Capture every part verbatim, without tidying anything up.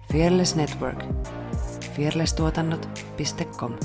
Fearless Network. fearless tuotannot piste com.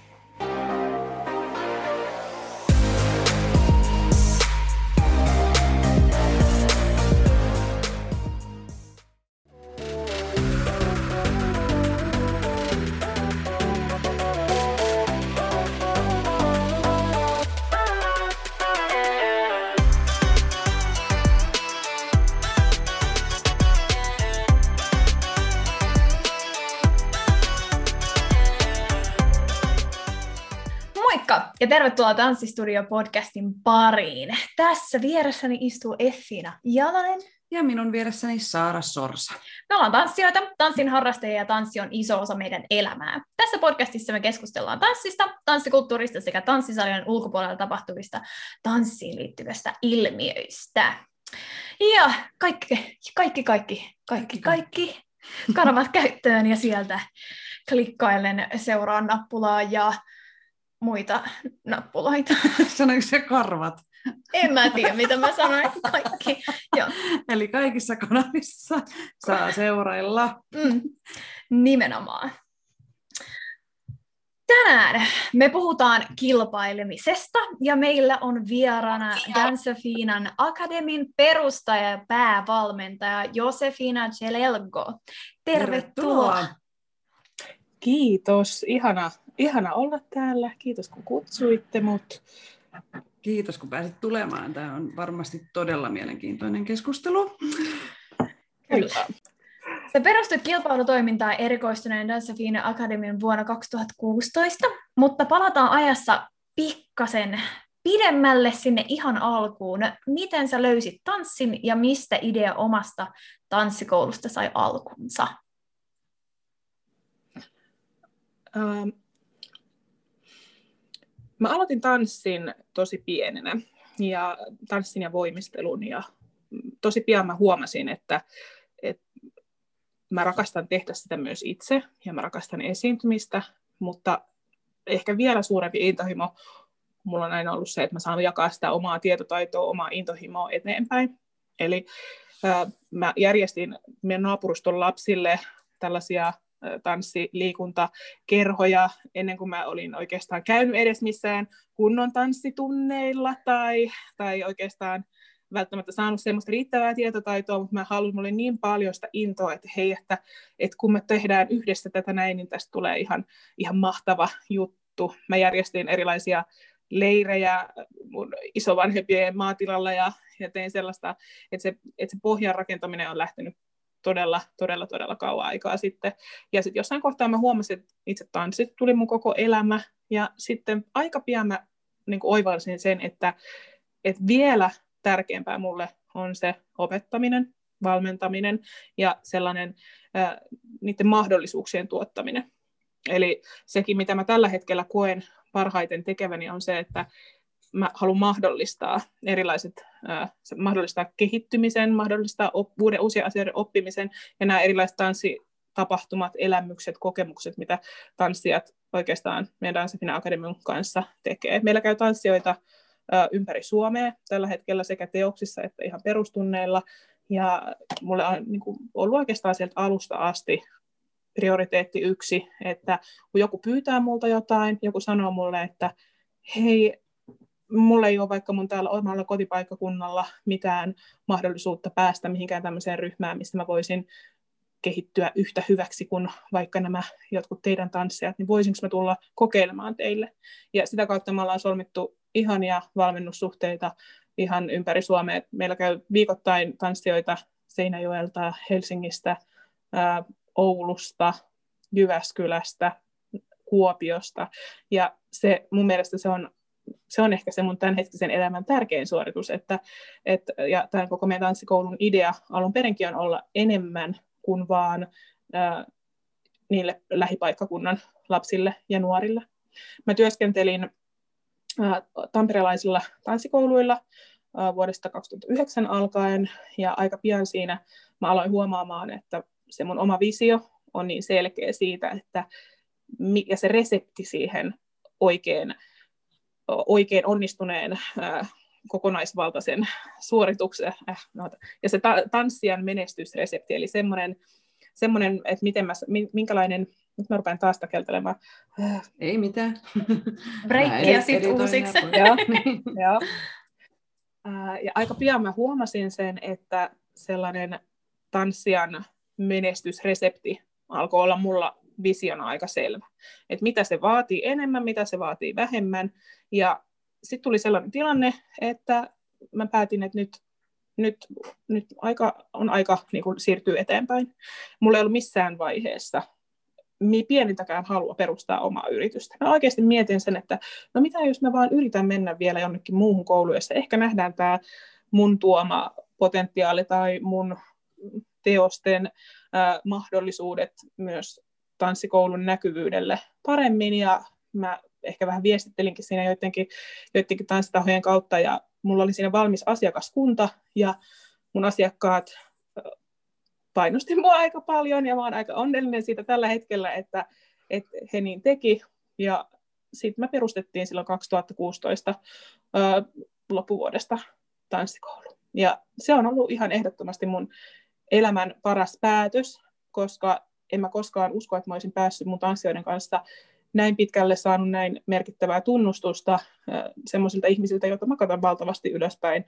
Ja tervetuloa Tanssistudio-podcastin pariin. Tässä vieressäni istuu Effina Jalonen. Ja minun vieressäni Saara Sorsa. Me ollaan tanssijoita, tanssin harrastajia ja tanssi on iso osa meidän elämää. Tässä podcastissa me keskustellaan tanssista, tanssikulttuurista sekä tanssisalien ulkopuolella tapahtuvista tanssiin liittyvistä ilmiöistä. Ja kaikki, kaikki, kaikki, kaikki, kaikki kanavat käyttöön ja sieltä klikkaillen seuraa nappulaa ja muita nappuloita. Sanoinko se karvat? En mä tiedä, mitä mä sanoin. Kaikki. Joo. Eli kaikissa kanavissa saa seurailla. Mm, nimenomaan. Tänään me puhutaan kilpailemisesta ja meillä on vieraana Dancefinan Akademin perustaja ja päävalmentaja Josefina Celelgo. Tervetuloa. Tervetuloa. Kiitos. Ihana, ihana olla täällä. Kiitos kun kutsuitte mut. Kiitos kun pääsit tulemaan. Tämä on varmasti todella mielenkiintoinen keskustelu. Kyllä. Sä perustit kilpailutoimintaa erikoistuneen Dancefina Academyn vuonna kaksituhattakuusitoista, mutta palataan ajassa pikkasen pidemmälle sinne ihan alkuun. Miten sä löysit tanssin ja mistä idea omasta tanssikoulusta sai alkunsa? Ähm. Mä aloitin tanssin tosi pienenä ja tanssin ja voimistelun ja tosi pian mä huomasin, että, että mä rakastan tehdä sitä myös itse ja mä rakastan esiintymistä, mutta ehkä vielä suurempi intohimo mulla on aina ollut se, että mä saan jakaa sitä omaa tietotaitoa, omaa intohimoa eteenpäin. Eli äh, mä järjestin meidän naapuruston lapsille tällaisia tanssiliikuntakerhoja ennen kuin mä olin oikeastaan käynyt edes missään kunnon tanssitunneilla tai, tai oikeastaan välttämättä saanut semmoista riittävää tietotaitoa, mutta mä haluan, mulla oli niin paljon sitä intoa, että hei, että, että kun me tehdään yhdessä tätä näin, niin tästä tulee ihan, ihan mahtava juttu. Mä järjestin erilaisia leirejä mun isovanhempien maatilalla ja, ja tein sellaista, että se, että se pohjan rakentaminen on lähtenyt todella, todella, todella kauan aikaa sitten. Ja sitten jossain kohtaa mä huomasin, että itse tanssit tuli mun koko elämä. Ja sitten aika pian mä niin kuin oivalsin sen, että, että vielä tärkeämpää mulle on se opettaminen, valmentaminen ja sellainen ää, niiden mahdollisuuksien tuottaminen. Eli sekin, mitä mä tällä hetkellä koen parhaiten tekeväni, on se, että mä haluan mahdollistaa erilaiset, äh, mahdollistaa kehittymisen, mahdollistaa op, uuden, uusien asioiden oppimisen ja nämä erilaiset tanssitapahtumat, elämykset, kokemukset, mitä tanssijat oikeastaan meidän Dancefina Academyn kanssa tekee. Meillä käy tanssijoita äh, ympäri Suomea tällä hetkellä sekä teoksissa että ihan perustunneilla ja mulle on niin kuin, ollut oikeastaan sieltä alusta asti prioriteetti yksi, että kun joku pyytää multa jotain, joku sanoo mulle, että hei, mulla ei ole vaikka mun täällä omalla kotipaikkakunnalla mitään mahdollisuutta päästä mihinkään tämmöiseen ryhmään, mistä mä voisin kehittyä yhtä hyväksi kuin vaikka nämä jotkut teidän tanssijat, niin voisinko mä tulla kokeilemaan teille. Ja sitä kautta me ollaan solmittu ihania valmennussuhteita ihan ympäri Suomea. Meillä käy viikoittain tanssijoita Seinäjoelta, Helsingistä, ää, Oulusta, Jyväskylästä, Kuopiosta. Ja se, mun mielestä se on Se on ehkä se mun tämänhetkisen elämän tärkein suoritus, että, että, ja tämän koko meidän tanssikoulun idea alun perinkin on olla enemmän kuin vaan ää, niille lähipaikkakunnan lapsille ja nuorille. Mä työskentelin ää, tamperelaisilla tanssikouluilla ää, vuodesta kaksituhattayhdeksän alkaen, ja aika pian siinä mä aloin huomaamaan, että se mun oma visio on niin selkeä siitä, että mikä se resepti siihen oikein oikein onnistuneen äh, kokonaisvaltaisen suorituksen äh, no, ja se ta- tanssijan menestysresepti, eli semmoinen semmoinen, että miten mä, minkälainen, nyt mä rupean taas takeltelemaan. Ei mitään. Breikkiä sitten uusiksi. Joo, joo. Ja aika pian mä huomasin sen, että sellainen tanssijan menestysresepti alkoi olla mulla visiona aika selvä. Että mitä se vaatii enemmän, mitä se vaatii vähemmän. Ja sitten tuli sellainen tilanne, että mä päätin, että nyt, nyt, nyt aika, on aika niin kuin siirtyä eteenpäin. Mulla ei ollut missään vaiheessa pienintäkään halua perustaa omaa yritystä. Mä oikeasti mietin sen, että no mitä jos mä vaan yritän mennä vielä jonnekin muuhun kouluun, jossa ehkä nähdään tämä mun tuoma potentiaali tai mun teosten äh, mahdollisuudet myös tanssikoulun näkyvyydelle paremmin, ja mä ehkä vähän viestittelinkin siinä joidenkin, joidenkin tanssitahojen kautta, ja mulla oli siinä valmis asiakaskunta, ja mun asiakkaat painosti mua aika paljon, ja mä oon aika onnellinen siitä tällä hetkellä, että, että he niin teki, ja sitten me perustettiin silloin kaksituhattakuusitoista ää, loppuvuodesta tanssikoulu. Ja se on ollut ihan ehdottomasti mun elämän paras päätös, koska en mä koskaan usko, että mä olisin päässyt mun tanssijoiden kanssa näin pitkälle, saanut näin merkittävää tunnustusta ää, semmoisilta ihmisiltä, joita mä katson valtavasti ylöspäin,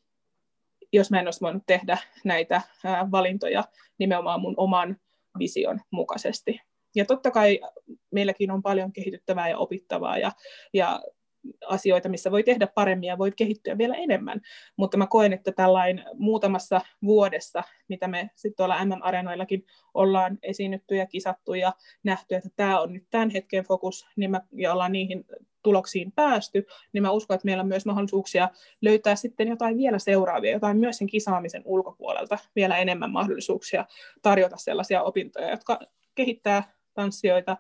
jos mä en olisi voinut tehdä näitä ää, valintoja nimenomaan mun oman vision mukaisesti. Ja totta kai meilläkin on paljon kehityttävää ja opittavaa ja, ja asioita, missä voi tehdä paremmin ja voi kehittyä vielä enemmän. Mutta mä koen, että tällainen muutamassa vuodessa, mitä me sitten tuolla M M-areenoillakin ollaan esiinnytty ja kisattu ja nähty, että tämä on nyt tämän hetken fokus, niin mä, ja ollaan niihin tuloksiin päästy, niin mä uskon, että meillä on myös mahdollisuuksia löytää sitten jotain vielä seuraavia, jotain myös sen kisaamisen ulkopuolelta, vielä enemmän mahdollisuuksia tarjota sellaisia opintoja, jotka kehittää tanssijoita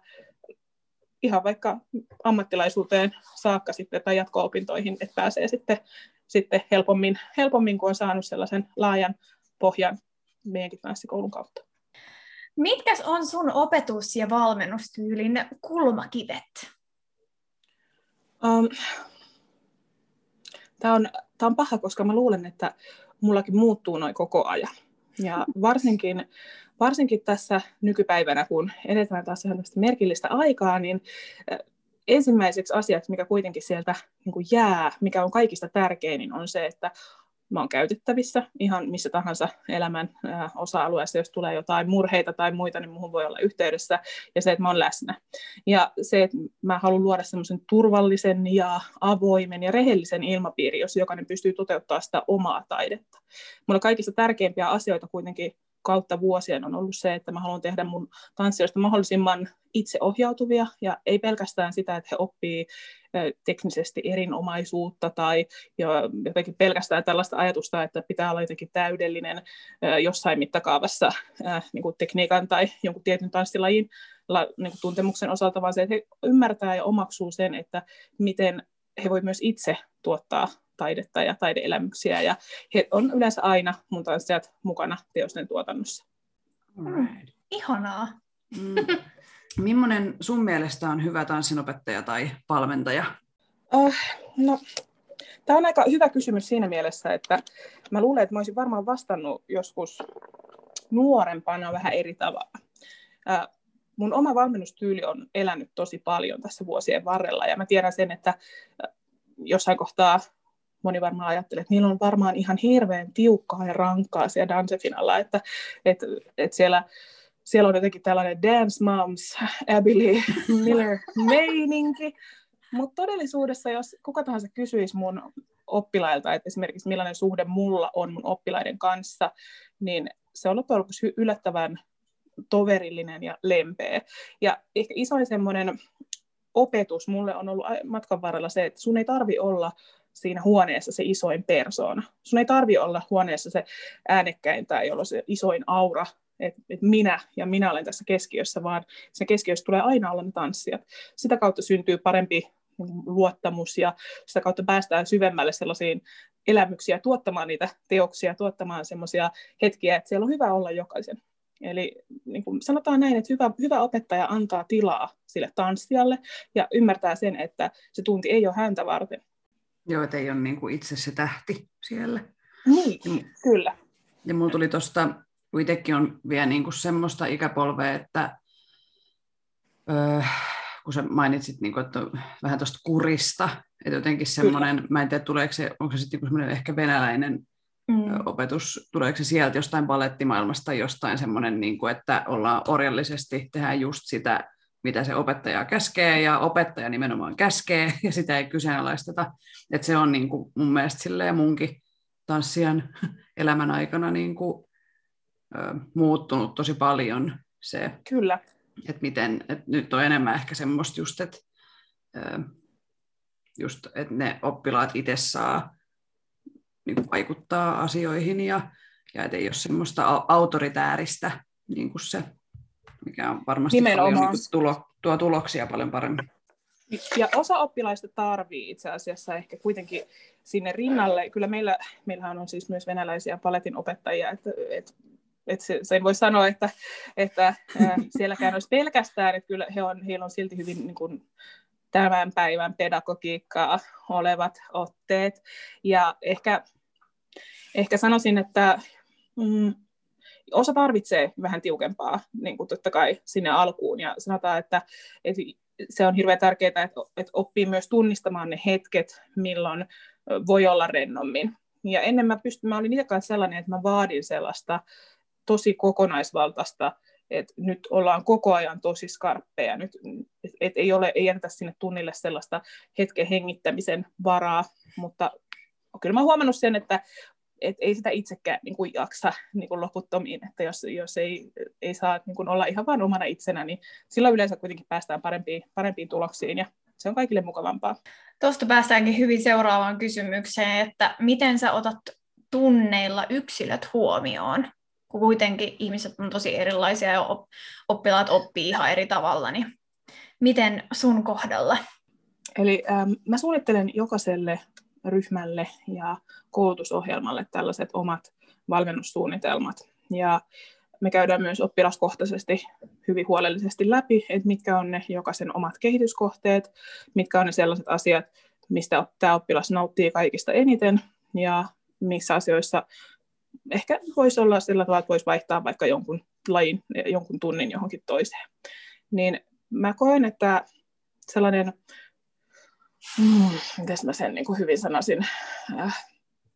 ihan vaikka ammattilaisuuteen saakka sitten, tai jatko-opintoihin, että pääsee sitten, sitten helpommin, helpommin, kun on saanut sellaisen laajan pohjan meidänkin tanssikoulun kautta. Mitkäs on sun opetus- ja valmennustyylin kulmakivet? Um, Tämä on, tää on paha, koska mä luulen, että mullakin muuttuu noin koko ajan. Ja varsinkin, varsinkin tässä nykypäivänä, kun edetään taas sellaista merkillistä aikaa, niin ensimmäiseksi asiaksi, mikä kuitenkin sieltä niin kuin jää, mikä on kaikista tärkein, niin on se, että mä oon käytettävissä ihan missä tahansa elämän ää, osa-alueessa, jos tulee jotain murheita tai muita, niin muhun voi olla yhteydessä, ja se, että mä oon läsnä. Ja se, että mä haluan luoda semmoisen turvallisen ja avoimen ja rehellisen ilmapiiri, jos jokainen pystyy toteuttamaan sitä omaa taidetta. Mulla kaikista tärkeimpiä asioita kuitenkin kautta vuosien on ollut se, että mä haluan tehdä mun tanssijoista mahdollisimman itseohjautuvia, ja ei pelkästään sitä, että he oppii teknisesti erinomaisuutta tai jotenkin pelkästään tällaista ajatusta, että pitää olla jotenkin täydellinen jossain mittakaavassa niin kuin tekniikan tai jonkun tietyn tanssilajin niin kuin tuntemuksen osalta, vaan se, että he ymmärtää ja omaksuu sen, että miten he voi myös itse tuottaa taidetta ja taideelämyksiä, ja he on yleensä aina mun tanssijat mukana teosten tuotannossa. Alright. Ihanaa. Mm. Millainen sun mielestä on hyvä tanssinopettaja tai valmentaja? Uh, no, tämä on aika hyvä kysymys siinä mielessä, että mä luulen, että mä olisin varmaan vastannut joskus nuorempana vähän eri tavalla. Uh, mun oma valmennustyyli on elänyt tosi paljon tässä vuosien varrella, ja mä tiedän sen, että jossain kohtaa moni varmaan ajattelee, että niillä on varmaan ihan hirveän tiukkaa ja rankkaa siellä Dancefinalla, että, että, että siellä, siellä on jotenkin tällainen Dance Moms, Abilene Miller meininki, mutta todellisuudessa, jos kuka tahansa kysyisi mun oppilailta, että esimerkiksi millainen suhde mulla on mun oppilaiden kanssa, niin se on loppujen lopuksi yllättävän toverillinen ja lempeä. Ja ehkä isoin semmoinen opetus mulle on ollut matkan varrella se, että sun ei tarvi olla siinä huoneessa se isoin persoona. Sun ei tarvi olla huoneessa se äänekkäin tai jolla se isoin aura, että et minä ja minä olen tässä keskiössä, vaan se keskiössä tulee aina olla ne tanssijat. Sitä kautta syntyy parempi luottamus ja sitä kautta päästään syvemmälle sellaisiin elämyksiä, tuottamaan niitä teoksia, tuottamaan semmoisia hetkiä, että siellä on hyvä olla jokaisen. Eli niin kuin sanotaan näin, että hyvä, hyvä opettaja antaa tilaa sille tanssijalle ja ymmärtää sen, että se tunti ei ole häntä varten. Joo, että ei ole niin kuin itse se tähti siellä. Niin, ja, kyllä. Ja mulla tuli tuosta kun itsekin on vielä niin kuin semmoista ikäpolvea, että öö, kun sä mainitsit niin kuin, että vähän tuosta kurista, että jotenkin semmoinen, mä en tiedä, tuleeko se, onko se sitten niin semmoinen ehkä venäläinen mm. opetus, tuleeko se sieltä jostain balettimaailmasta, jostain semmoinen, niin kuin, että ollaan orjallisesti, tehdään just sitä, mitä se opettaja käskee, ja opettaja nimenomaan käskee, ja sitä ei kyseenalaisteta. Että se on niin kuin mun mielestä silleen munkin tanssijan elämän aikana niin kuin, ö, muuttunut tosi paljon se, Kyllä. että miten, että nyt on enemmän ehkä semmoista just, että, ö, just, että ne oppilaat itse saa niin kuin vaikuttaa asioihin, ja, ja että ei ole semmoista autoritääristä niin kuin se, mikä on varmasti paljon, niin kuin tulo, tuo tuloksia paljon paremmin. Ja osa oppilaista tarvii itse asiassa ehkä kuitenkin sinne rinnalle. Kyllä meillä, meillähän on siis myös venäläisiä paletin opettajia, että, että, että se, sen voi sanoa, että, että ää, sielläkään olisi pelkästään, että kyllä he on, heillä on silti hyvin niin kuin tämän päivän pedagogiikkaa olevat otteet. Ja ehkä, ehkä sanoisin, että mm, osa tarvitsee vähän tiukempaa, niin kuin totta kai sinne alkuun, ja sanotaan, että, että se on hirveän tärkeää, että, että oppii myös tunnistamaan ne hetket, milloin voi olla rennommin. Ja ennen mä, pystyn, mä olin itse kanssa sellainen, että mä vaadin sellaista tosi kokonaisvaltaista, että nyt ollaan koko ajan tosi skarppeja, nyt, että ei, ole, ei jätetä sinne tunnille sellaista hetken hengittämisen varaa, mutta kyllä mä oon huomannut sen, että et ei sitä itsekään niin kuin jaksa niin kuin loputtomiin, että jos, jos ei, ei saa niin kuin olla ihan vain omana itsenä, niin silloin yleensä kuitenkin päästään parempiin, parempiin tuloksiin, ja se on kaikille mukavampaa. Tuosta päästäänkin hyvin seuraavaan kysymykseen, että miten sä otat tunneilla yksilöt huomioon, kun kuitenkin ihmiset on tosi erilaisia ja oppilaat oppii ihan eri tavalla, niin miten sun kohdalla? Eli ähm, mä suunnittelen jokaiselle ryhmälle ja koulutusohjelmalle tällaiset omat valmennussuunnitelmat. Ja me käydään myös oppilaskohtaisesti hyvin huolellisesti läpi, että mitkä on ne jokaisen omat kehityskohteet, mitkä on ne sellaiset asiat, mistä tämä oppilas nauttii kaikista eniten, ja missä asioissa ehkä voisi olla sillä tavalla, että voisi vaihtaa vaikka jonkun lajin, jonkun tunnin johonkin toiseen. Niin mä koen, että sellainen Mm, miten mä sen niin kuin hyvin sanoisin, äh,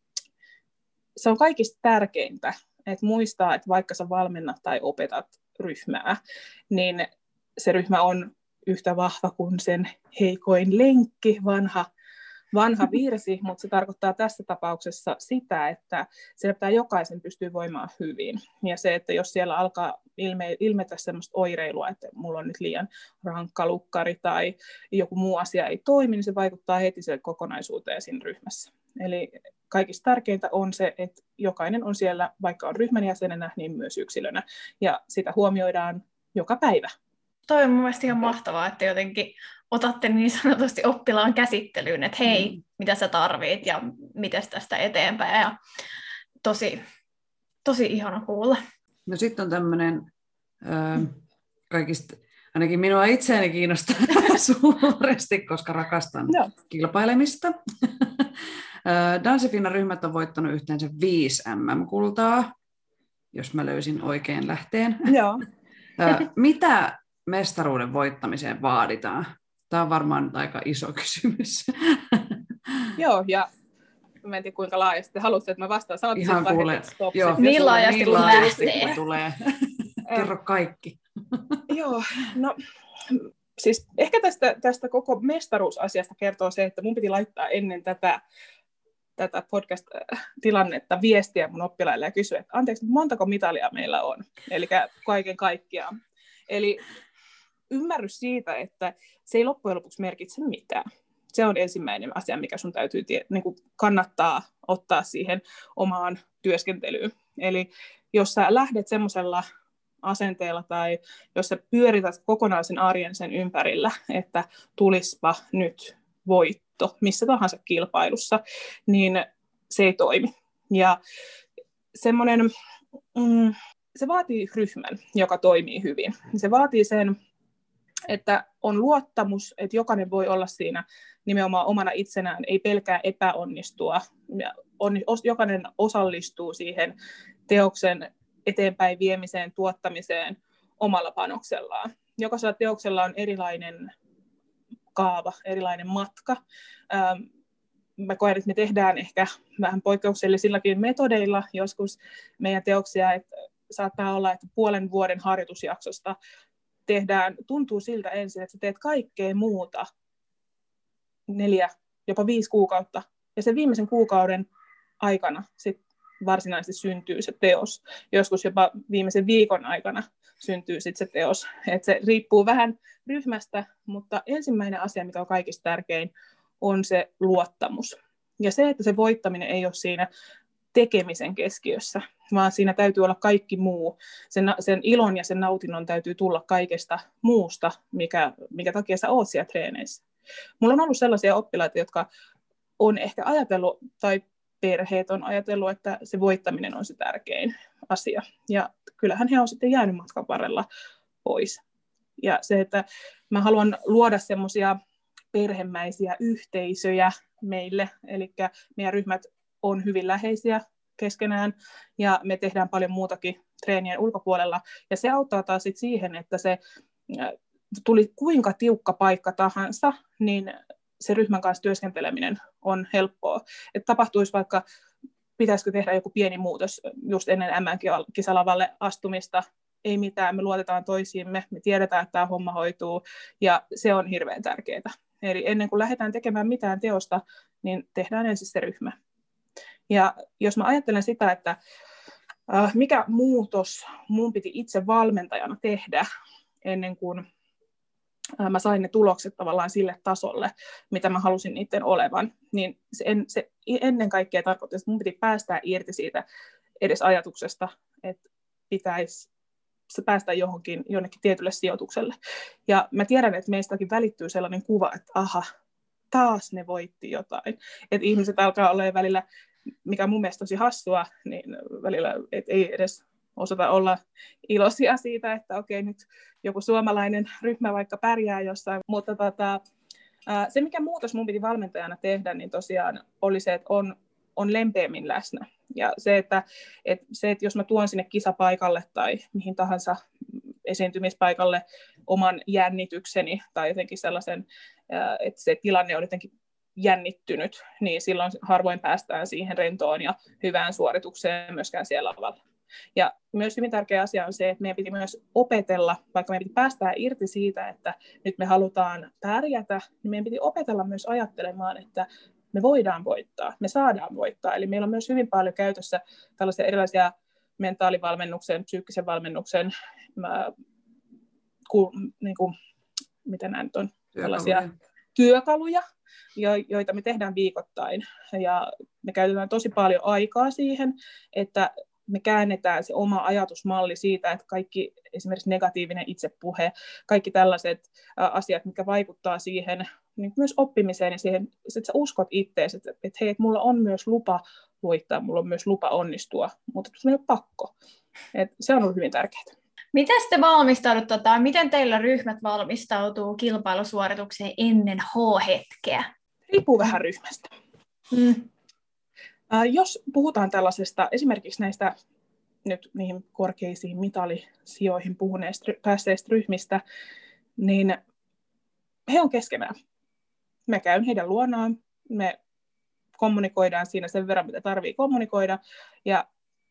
se on kaikista tärkeintä, että muistaa, että vaikka sä valmennat tai opetat ryhmää, niin se ryhmä on yhtä vahva kuin sen heikoin lenkki, vanha, vanha virsi, mutta se tarkoittaa tässä tapauksessa sitä, että siellä pitää jokaisen pystyä voimaan hyvin. Ja se, että jos siellä alkaa ilme, ilmetä sellaista oireilua, että mulla on nyt liian rankka lukkari tai joku muu asia ei toimi, niin se vaikuttaa heti siihen kokonaisuuteen siinä ryhmässä. Eli kaikista tärkeintä on se, että jokainen on siellä, vaikka on ryhmän jäsenenä, niin myös yksilönä. Ja sitä huomioidaan joka päivä. Toi on mun mielestä ihan mahtavaa, että jotenkin otatte niin sanotusti oppilaan käsittelyyn, että hei, mm. mitä sä tarvit ja miten tästä eteenpäin. Ja tosi, tosi ihana kuulla. No sitten on tämmöinen, äh, kaikista, ainakin minua itseäni kiinnostaa suuresti, koska rakastan no. kilpailemista. Danssifinna-ryhmät on voittanut yhteensä viisi äm äm-kultaa, jos mä löysin oikein lähteen. Joo. Mitä mestaruuden voittamiseen vaaditaan? Tämä on varmaan nyt aika iso kysymys. Joo, ja mä en tiedä kuinka laajasti haluatte, että mä vastaan. Sä ihan kuule, joo, niin laajasti kun lähtee. Tulee. Kerro kaikki. Joo, no siis ehkä tästä, tästä koko mestaruusasiasta kertoo se, että mun piti laittaa ennen tätä, tätä podcast-tilannetta viestiä mun oppilaille ja kysyä, että anteeksi, montako mitalia meillä on? Eli kaiken kaikkiaan. Eli ymmärrys siitä, että se ei loppujen lopuksi merkitse mitään. Se on ensimmäinen asia, mikä sun täytyy tie- niin kuin kannattaa ottaa siihen omaan työskentelyyn. Eli jos sä lähdet semmoisella asenteella tai jos sä pyörität kokonaisen arjen sen ympärillä, että tulispa nyt voitto missä tahansa kilpailussa, niin se ei toimi. Ja semmoinen, mm, se vaatii ryhmän, joka toimii hyvin. Se vaatii sen, että on luottamus, että jokainen voi olla siinä nimenomaan omana itsenään, ei pelkää epäonnistua. On, jokainen osallistuu siihen teoksen eteenpäin viemiseen, tuottamiseen omalla panoksellaan. Jokaisella teoksella on erilainen kaava, erilainen matka. Ähm, mä koen, että me tehdään ehkä vähän poikkeuksellisillakin metodeilla joskus meidän teoksia, että saattaa olla, että puolen vuoden harjoitusjaksosta tehdään, tuntuu siltä ensin, että sä teet kaikkea muuta neljä, jopa viisi kuukautta, ja sen viimeisen kuukauden aikana sit varsinaisesti syntyy se teos. Joskus jopa viimeisen viikon aikana syntyy sit se teos. Et se riippuu vähän ryhmästä, mutta ensimmäinen asia, mikä on kaikista tärkein, on se luottamus. Ja se, että se voittaminen ei ole siinä tekemisen keskiössä, vaan siinä täytyy olla kaikki muu. Sen, sen ilon ja sen nautinnon täytyy tulla kaikesta muusta, mikä, mikä takia sä oot siellä treeneissä. Mulla on ollut sellaisia oppilaita, jotka on ehkä ajatellut, tai perheet on ajatellut, että se voittaminen on se tärkein asia. Ja kyllähän he on sitten jäänyt matkan varrella pois. Ja se, että mä haluan luoda semmoisia perhemäisiä yhteisöjä meille, eli meidän ryhmät on hyvin läheisiä keskenään, ja me tehdään paljon muutakin treenien ulkopuolella, ja se auttaa taas sit siihen, että se tuli kuinka tiukka paikka tahansa, niin se ryhmän kanssa työskenteleminen on helppoa. Että tapahtuisi vaikka, pitäisikö tehdä joku pieni muutos just ennen M M-kisalavalle astumista, ei mitään, me luotetaan toisiimme, me tiedetään, että tämä homma hoituu, ja se on hirveän tärkeää. Eli ennen kuin lähdetään tekemään mitään teosta, niin tehdään ensin se ryhmä. Ja jos mä ajattelen sitä, että äh, mikä muutos mun piti itse valmentajana tehdä ennen kuin äh, mä sain ne tulokset tavallaan sille tasolle, mitä mä halusin niiden olevan, niin se, en, se ennen kaikkea tarkoitti, että mun piti päästää irti siitä edes ajatuksesta, että pitäisi se päästä johonkin, jonnekin tietylle sijoitukselle. Ja mä tiedän, että meistäkin välittyy sellainen kuva, että aha, taas ne voitti jotain. Että ihmiset alkaa olla välillä, mikä on mun mielestä tosi hassua, niin välillä et ei edes osata olla iloisia siitä, että okei, nyt joku suomalainen ryhmä vaikka pärjää jossain. Mutta tota, se, mikä muutos mun piti valmentajana tehdä, niin tosiaan oli se, että on, on lempeämmin läsnä. Ja se että, että se, että jos mä tuon sinne kisapaikalle tai mihin tahansa esiintymispaikalle oman jännitykseni tai jotenkin sellaisen, että se tilanne on jotenkin jännittynyt, niin silloin harvoin päästään siihen rentoon ja hyvään suoritukseen myöskään siellä lavalla. Ja myös hyvin tärkeä asia on se, että meidän piti myös opetella, vaikka meidän piti päästää irti siitä, että nyt me halutaan pärjätä, niin meidän piti opetella myös ajattelemaan, että me voidaan voittaa, me saadaan voittaa. Eli meillä on myös hyvin paljon käytössä tällaisia erilaisia mentaalivalmennuksen, psyykkisen valmennuksen, mä, ku, niin kuin, mitä nämä nyt on, tällaisia työkaluja, joita me tehdään viikoittain. Ja me käytetään tosi paljon aikaa siihen, että me käännetään se oma ajatusmalli siitä, että kaikki esimerkiksi negatiivinen itsepuhe, kaikki tällaiset asiat, mitkä vaikuttaa siihen niin myös oppimiseen ja siihen, että sä uskot itteesi, että, että hei, että mulla on myös lupa voittaa, mulla on myös lupa onnistua, mutta se ei ole pakko. Et se on ollut hyvin tärkeää. Miten te valmistaudutte, tai miten teillä ryhmät valmistautuu kilpailusuoritukseen ennen H-hetkeä? Riippuu vähän ryhmästä. Mm. Äh, jos puhutaan tällaisesta, esimerkiksi näistä nyt niihin korkeisiin mitalisijoihin puhuneista, päässeistä ryhmistä, niin he on keskenään. Mä käyn heidän luonaan, me kommunikoidaan siinä sen verran, mitä tarvii kommunikoida, ja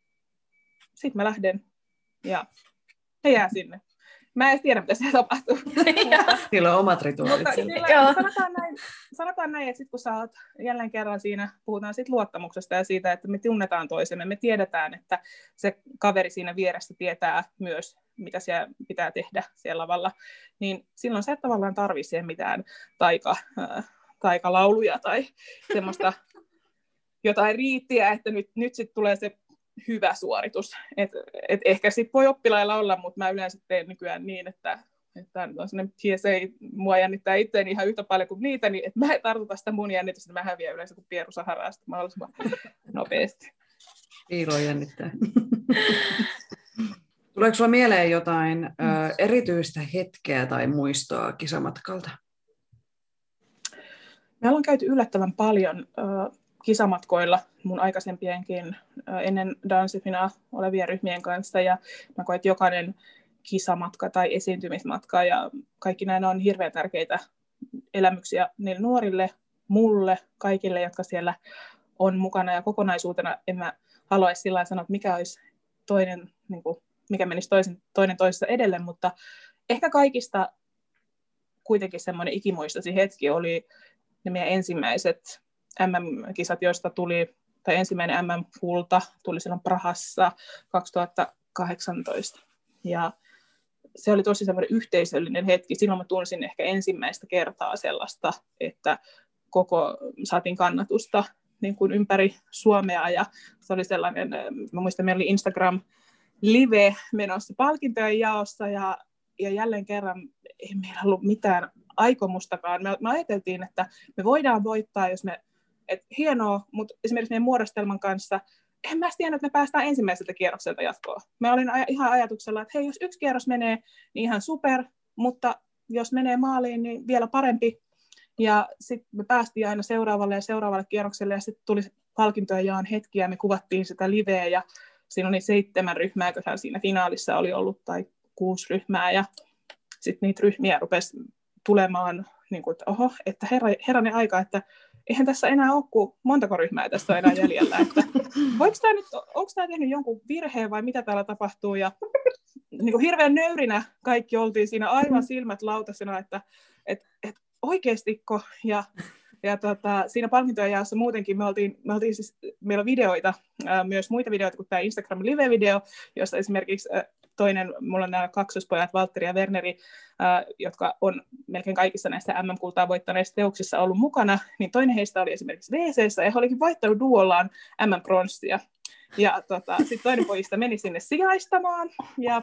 sitten mä lähden, ja he jää sinne. Mä en edes tiedä, mitä siellä tapahtuu. Niillä on omat rituaalit. Mutta sillä, sanotaan, näin, sanotaan näin, että sit kun sä oot jälleen kerran siinä, puhutaan siitä luottamuksesta ja siitä, että me tunnetaan toisemme, me tiedetään, että se kaveri siinä vieressä tietää myös, mitä siellä pitää tehdä siellä lavalla, niin silloin sä et tavallaan tarvitse siihen mitään taika, äh, taikalauluja tai semmoista jotain riittiä, että nyt, nyt sitten tulee se hyvä suoritus. Et, et ehkä sitten voi oppilailla olla, mutta mä yleensä teen nykyään niin, että, että on sellainen P S A, mua jännittää itseäni ihan yhtä paljon kuin niitä, niin että mä en tartuta sitä mun jännitystä, niin mä häviän yleensä kuin Pieru Saharaa sitten mahdollisimman nopeasti. Piilo jännittää. Tuleeko sulla mieleen jotain ö, erityistä hetkeä tai muistoa kisamatkalta? Me ollaan käyty yllättävän paljon ö, kisamatkoilla mun aikaisempienkin ennen Dansifinaa olevien ryhmien kanssa, ja mä koen, että jokainen kisamatka tai esiintymismatka ja kaikki näin on hirveän tärkeitä elämyksiä niille nuorille, mulle, kaikille, jotka siellä on mukana, ja kokonaisuutena en mä haluaisi sillä sanoa, että mikä olisi toinen, niin kuin, mikä menisi toisen, toinen toisessa edelle, mutta ehkä kaikista kuitenkin semmoinen ikimuistosi hetki oli ne meidän ensimmäiset M M-kisat, joista tuli, tai ensimmäinen M M-kulta tuli silloin Prahassa kaksituhattakahdeksantoista. Ja se oli tosi semmoinen yhteisöllinen hetki. Silloin mä tunsin ehkä ensimmäistä kertaa sellaista, että koko saatiin kannatusta niin kuin ympäri Suomea. Ja se oli sellainen, mä muistan, meillä oli Instagram-live menossa palkintojen jaossa, ja, ja jälleen kerran ei meillä ollut mitään aikomustakaan. Me, me ajateltiin, että me voidaan voittaa, jos me, et hienoa, mutta esimerkiksi meidän muodostelman kanssa, en mä tiedä, että me päästään ensimmäiseltä kierrokselta jatkoon. Mä olin aj- ihan ajatuksella, että hei, jos yksi kierros menee, niin ihan super, mutta jos menee maaliin, niin vielä parempi. Ja sitten me päästiin aina seuraavalle ja seuraavalle kierrokselle, ja sitten tuli palkintojen jaan hetki, ja me kuvattiin sitä liveä, ja siinä oli seitsemän ryhmää, kun siinä finaalissa oli ollut, tai kuusi ryhmää, ja sitten niitä ryhmiä rupesi tulemaan, niin kuin, että oho, että herra, herranen aika, että eihän tässä enää ole kuin montako ryhmää tässä on enää jäljellä, että voiko tämä nyt, onko tämä tehnyt jonkun virheen vai mitä täällä tapahtuu, ja niin kuin hirveän nöyrinä kaikki oltiin siinä aivan silmät lautasena, että et, et oikeastiko, ja, ja tota, siinä palkintojen jaossa muutenkin me oltiin, me oltiin siis, meillä on videoita, ää, myös muita videoita kuin tämä Instagram live-video, jossa esimerkiksi ää, toinen, mulla on nämä kaksospojat, Valtteri ja Werneri, ää, jotka on melkein kaikissa näissä M M-kultaa voittaneissa teoksissa ollut mukana, niin toinen heistä oli esimerkiksi V C:ssä, ja he olikin voittanut duollaan M M-pronssia. Ja tota, sitten toinen pojista meni sinne sijaistamaan, ja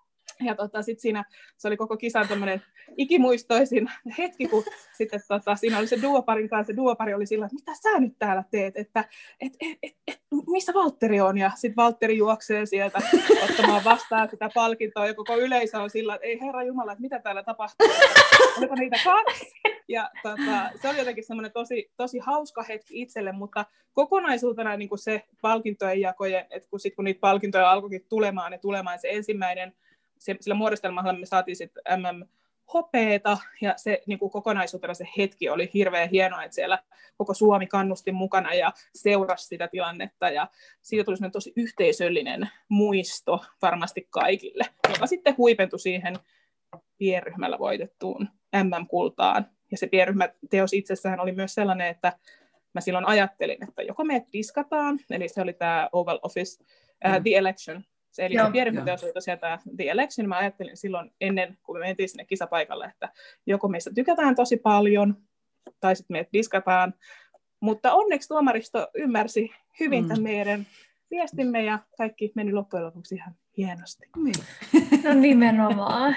Ja tota, sit siinä se oli koko kisan tämmöinen ikimuistoisin hetki, kun sitten tota, siinä oli se duoparin kanssa, se duopari oli sillä, että mitä sä nyt täällä teet, että et, et, et, et, missä Valtteri on, ja sitten Valtteri juoksee sieltä ottamaan vastaan sitä palkintoa, ja koko yleisö on sillä, että ei herra jumala, että mitä täällä tapahtuu, oliko niitä kaksi, ja tota, se oli jotenkin semmoinen tosi, tosi hauska hetki itselle, mutta kokonaisuutena niin kuin se palkintojen jakojen, että kun, sit, kun niitä palkintoja alkoikin tulemaan ja tulemaan, se ensimmäinen, sillä muodostelmalla me saatiin sitten M M-hopeeta, ja se niin kuin kokonaisuutena se hetki oli hirveän hienoa, että siellä koko Suomi kannusti mukana ja seurasi sitä tilannetta, ja siitä tuli semmoinen tosi yhteisöllinen muisto varmasti kaikille, joka sitten huipentui siihen pienryhmällä voitettuun M M-kultaan. Ja se pienryhmäteos itsessään oli myös sellainen, että mä silloin ajattelin, että joko me diskataan, eli se oli tämä Oval Office, uh, mm. The Election. Se, eli joo, se pienryhmäteos oli tosiaan tämä The Election. Mä ajattelin silloin ennen, kun me mentiin sinne kisapaikalle, että joko meistä tykätään tosi paljon, tai sitten meidät diskataan. Mutta onneksi tuomaristo ymmärsi hyvin mm. tämän meidän viestimme, ja kaikki meni loppujen lopuksi ihan hienosti. Niin. No nimenomaan.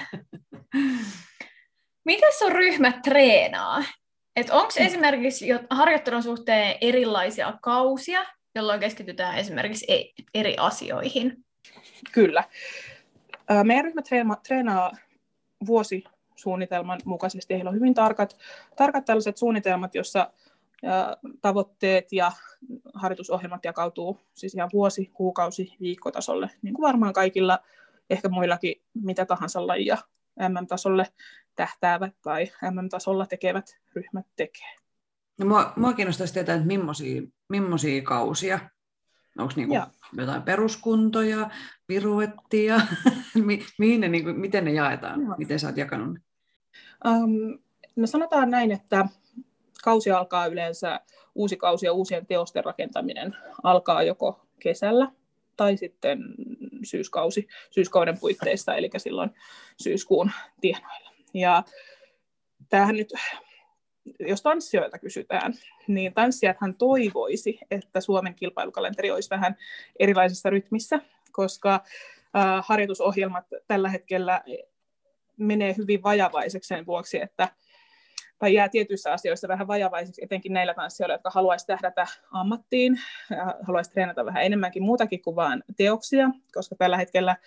Miten sun ryhmä treenaa? Onko esimerkiksi harjoittelun suhteen erilaisia kausia, jolloin keskitytään esimerkiksi eri asioihin? Kyllä. Meidän ryhmä treenaa vuosisuunnitelman mukaisesti. Heillä on hyvin tarkat, tarkat tällaiset suunnitelmat, jossa tavoitteet ja harjoitusohjelmat jakautuu siis ihan vuosi, kuukausi, viikkotasolle, niin kuin varmaan kaikilla, ehkä muillakin mitä tahansa lajia M M-tasolle tähtäävät tai M M-tasolla tekevät ryhmät tekee. No, mua, mua kiinnostaisi tietää, että millaisia, millaisia kausia. Onko niinku jotain peruskuntoja, piruettia? Mihin ne, niinku, miten ne jaetaan? Joo. Miten sä oot jakanut ne? Um, no sanotaan näin, että kausi alkaa yleensä, uusi kausi ja uusien teosten rakentaminen alkaa joko kesällä tai sitten syyskausi, syyskauden puitteissa, eli silloin syyskuun tienoilla. Ja tämähän nyt, jos tanssijoilta kysytään, niin tanssijathan toivoisi, että Suomen kilpailukalenteri olisi vähän erilaisessa rytmissä, koska äh, harjoitusohjelmat tällä hetkellä menee hyvin vajavaiseksi sen vuoksi, että tai jää tietyissä asioissa vähän vajavaiseksi, etenkin näillä tanssijoilla, jotka haluaisi tähdätä ammattiin, haluaisi treenata vähän enemmänkin muutakin kuin vain teoksia, koska tällä hetkellä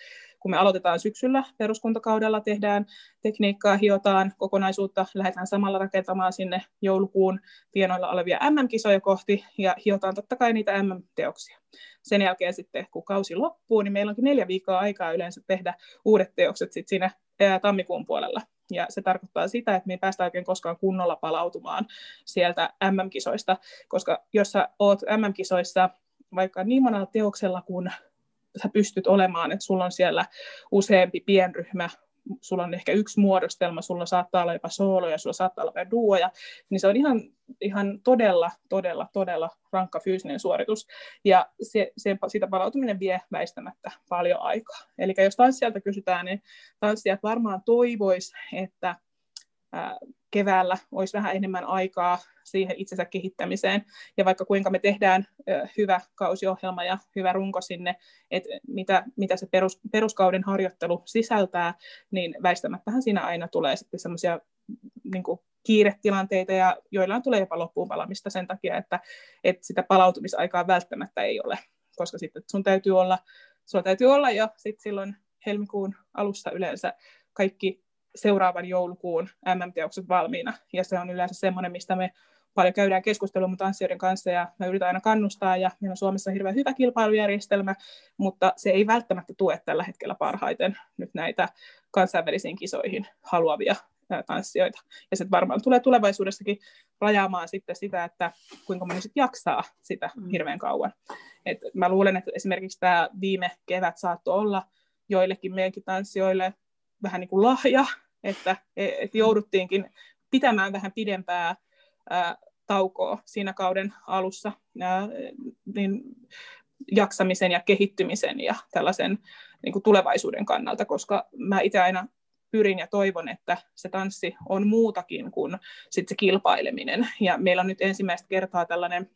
kun me aloitetaan syksyllä peruskuntakaudella, tehdään tekniikkaa, hiotaan kokonaisuutta, lähdetään samalla rakentamaan sinne joulukuun tienoilla olevia M M-kisoja kohti ja hiotaan totta kai niitä M M-teoksia. Sen jälkeen sitten, kun kausi loppuu, niin meillä onkin neljä viikkoa aikaa yleensä tehdä uudet teokset sitten siinä ää, tammikuun puolella. Ja se tarkoittaa sitä, että me ei päästä oikein koskaan kunnolla palautumaan sieltä M M-kisoista, koska jos sä oot M M-kisoissa vaikka niin monella teoksella, kun sä pystyt olemaan, että sulla on siellä useampi pienryhmä, sulla on ehkä yksi muodostelma, sulla saattaa olla jopa sooloja, sulla saattaa olla jopa duoja, niin se on ihan, ihan todella, todella, todella rankka fyysinen suoritus. Ja se, se, siitä palautuminen vie väistämättä paljon aikaa. Eli jos tanssijalta kysytään, niin tanssijat varmaan toivois, että ää, keväällä olisi vähän enemmän aikaa siihen itsensä kehittämiseen. Ja vaikka kuinka me tehdään ö, hyvä kausiohjelma ja hyvä runko sinne, että mitä, mitä se perus, peruskauden harjoittelu sisältää, niin väistämättähän siinä aina tulee sitten semmoisia niin kuin kiiretilanteita, ja joillaan tulee jopa loppuun palamista sen takia, että, että sitä palautumisaikaa välttämättä ei ole, koska sitten sun täytyy olla, sulla täytyy olla jo sit silloin helmikuun alussa yleensä kaikki seuraavan joulukuun M M-teokset valmiina, ja se on yleensä semmoinen, mistä me paljon käydään keskustelua mun tanssijoiden kanssa, ja mä yritän aina kannustaa, ja meillä on Suomessa hirveän hyvä kilpailujärjestelmä, mutta se ei välttämättä tue tällä hetkellä parhaiten nyt näitä kansainvälisiin kisoihin haluavia tanssijoita. Ja se varmaan tulee tulevaisuudessakin rajaamaan sitten sitä, että kuinka moni sitten jaksaa sitä hirveän kauan. Et mä luulen, että esimerkiksi tämä viime kevät saattoi olla joillekin meidänkin tanssijoille vähän niin kuin lahja, että et jouduttiinkin pitämään vähän pidempää ää, taukoa siinä kauden alussa ää, niin jaksamisen ja kehittymisen ja tällaisen niin kuin tulevaisuuden kannalta, koska mä itse aina pyrin ja toivon, että se tanssi on muutakin kuin sit se kilpaileminen. Ja meillä on nyt ensimmäistä kertaa tällainen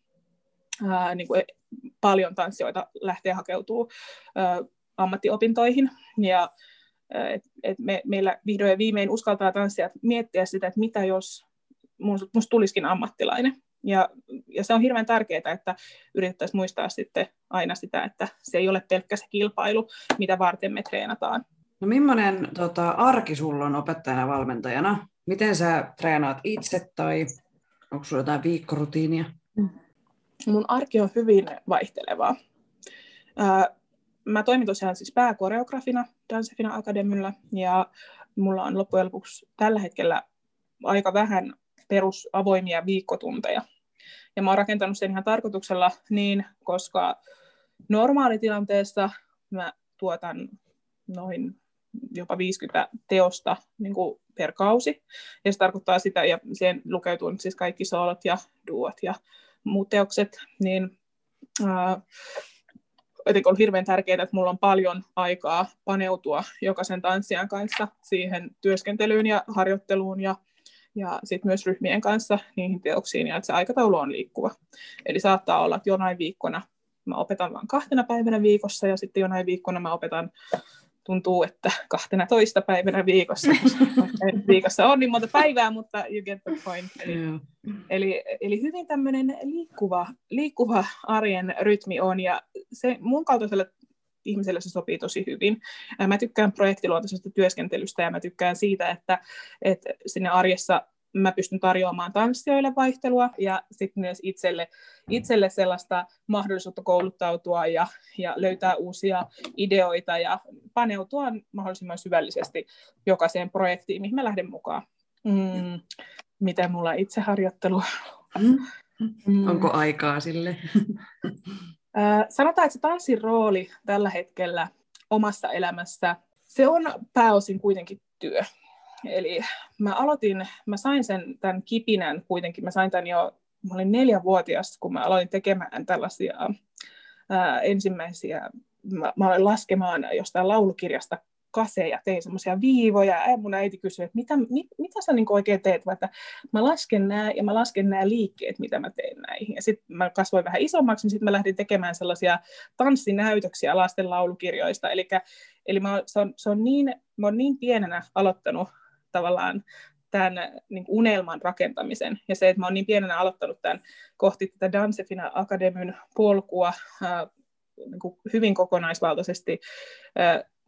ää, niin kuin paljon tanssijoita lähtee hakeutuu ää, ammattiopintoihin, ja et, et me, meillä vihdoin ja viimein uskaltaa tanssijat miettiä sitä, että mitä jos musta tulisikin ammattilainen. Ja, ja se on hirveän tärkeää, että yritettäisiin muistaa sitten aina sitä, että se ei ole pelkkä se kilpailu, mitä varten me treenataan. No millainen tota, arki sulla on opettajana valmentajana? Miten sä treenaat itse tai onko sulla jotain viikkorutiinia? Mun arki on hyvin vaihtelevaa. Ää, mä toimin tosiaan siis pääkoreografina Dansefina Akademilla, ja mulla on loppujen lopuksi tällä hetkellä aika vähän perusavoimia viikkotunteja. Ja mä oon rakentanut sen ihan tarkoituksella niin, koska normaalitilanteessa mä tuotan noin jopa viisikymmentä teosta niin kuin per kausi. Ja se tarkoittaa sitä, ja siihen lukeutuu siis kaikki soolot ja duot ja muut teokset, niin ää, jotenkin on hirveän tärkeää, että mulla on paljon aikaa paneutua jokaisen tanssijan kanssa siihen työskentelyyn ja harjoitteluun ja, ja sitten myös ryhmien kanssa niihin teoksiin, ja että se aikataulu on liikkuva. Eli saattaa olla, että jonain viikkona mä opetan vain kahtena päivänä viikossa, ja sitten jonain viikkona mä opetan, tuntuu, että kahtena toista päivänä viikossa. Viikossa on niin monta päivää, mutta you get the point. Eli, yeah. eli, eli hyvin tämmöinen liikkuva, liikkuva arjen rytmi on, ja se mun kaltaiselle ihmiselle se sopii tosi hyvin. Mä tykkään projektiluontoisesta työskentelystä, ja mä tykkään siitä, että, että sinne arjessa mä pystyn tarjoamaan tanssijoille vaihtelua ja sitten myös itselle, itselle sellaista mahdollisuutta kouluttautua ja, ja löytää uusia ideoita ja paneutua mahdollisimman syvällisesti jokaiseen projektiin, mihin mä lähden mukaan. Mm, miten mulla itse harjoittelua? Mm. Onko aikaa sille? Äh, sanotaan, että se tanssin rooli tällä hetkellä omassa elämässä, se on pääosin kuitenkin työ. Eli mä aloitin, mä sain sen tämän kipinän kuitenkin, mä sain tämän jo, mä olin neljävuotias, kun mä aloin tekemään tällaisia ää, ensimmäisiä, mä, mä aloin laskemaan jostain laulukirjasta kaseja, tein semmoisia viivoja, ja mun äiti kysyi, että mitä, mit, mitä sä niin oikein teet, vaan että mä lasken nämä, ja mä lasken nämä liikkeet, mitä mä teen näihin. Ja sitten mä kasvoin vähän isommaksi, niin sitten mä lähdin tekemään sellaisia tanssinäytöksiä lasten laulukirjoista, eli, eli mä, se, on, se on niin, mä oon niin pienenä aloittanut tavallaan tämän niin kuin unelman rakentamisen, ja se, että mä oon niin pienenä aloittanut tämän kohti tätä Dansefina Akademin polkua ää, niin kuin hyvin kokonaisvaltaisesti ää,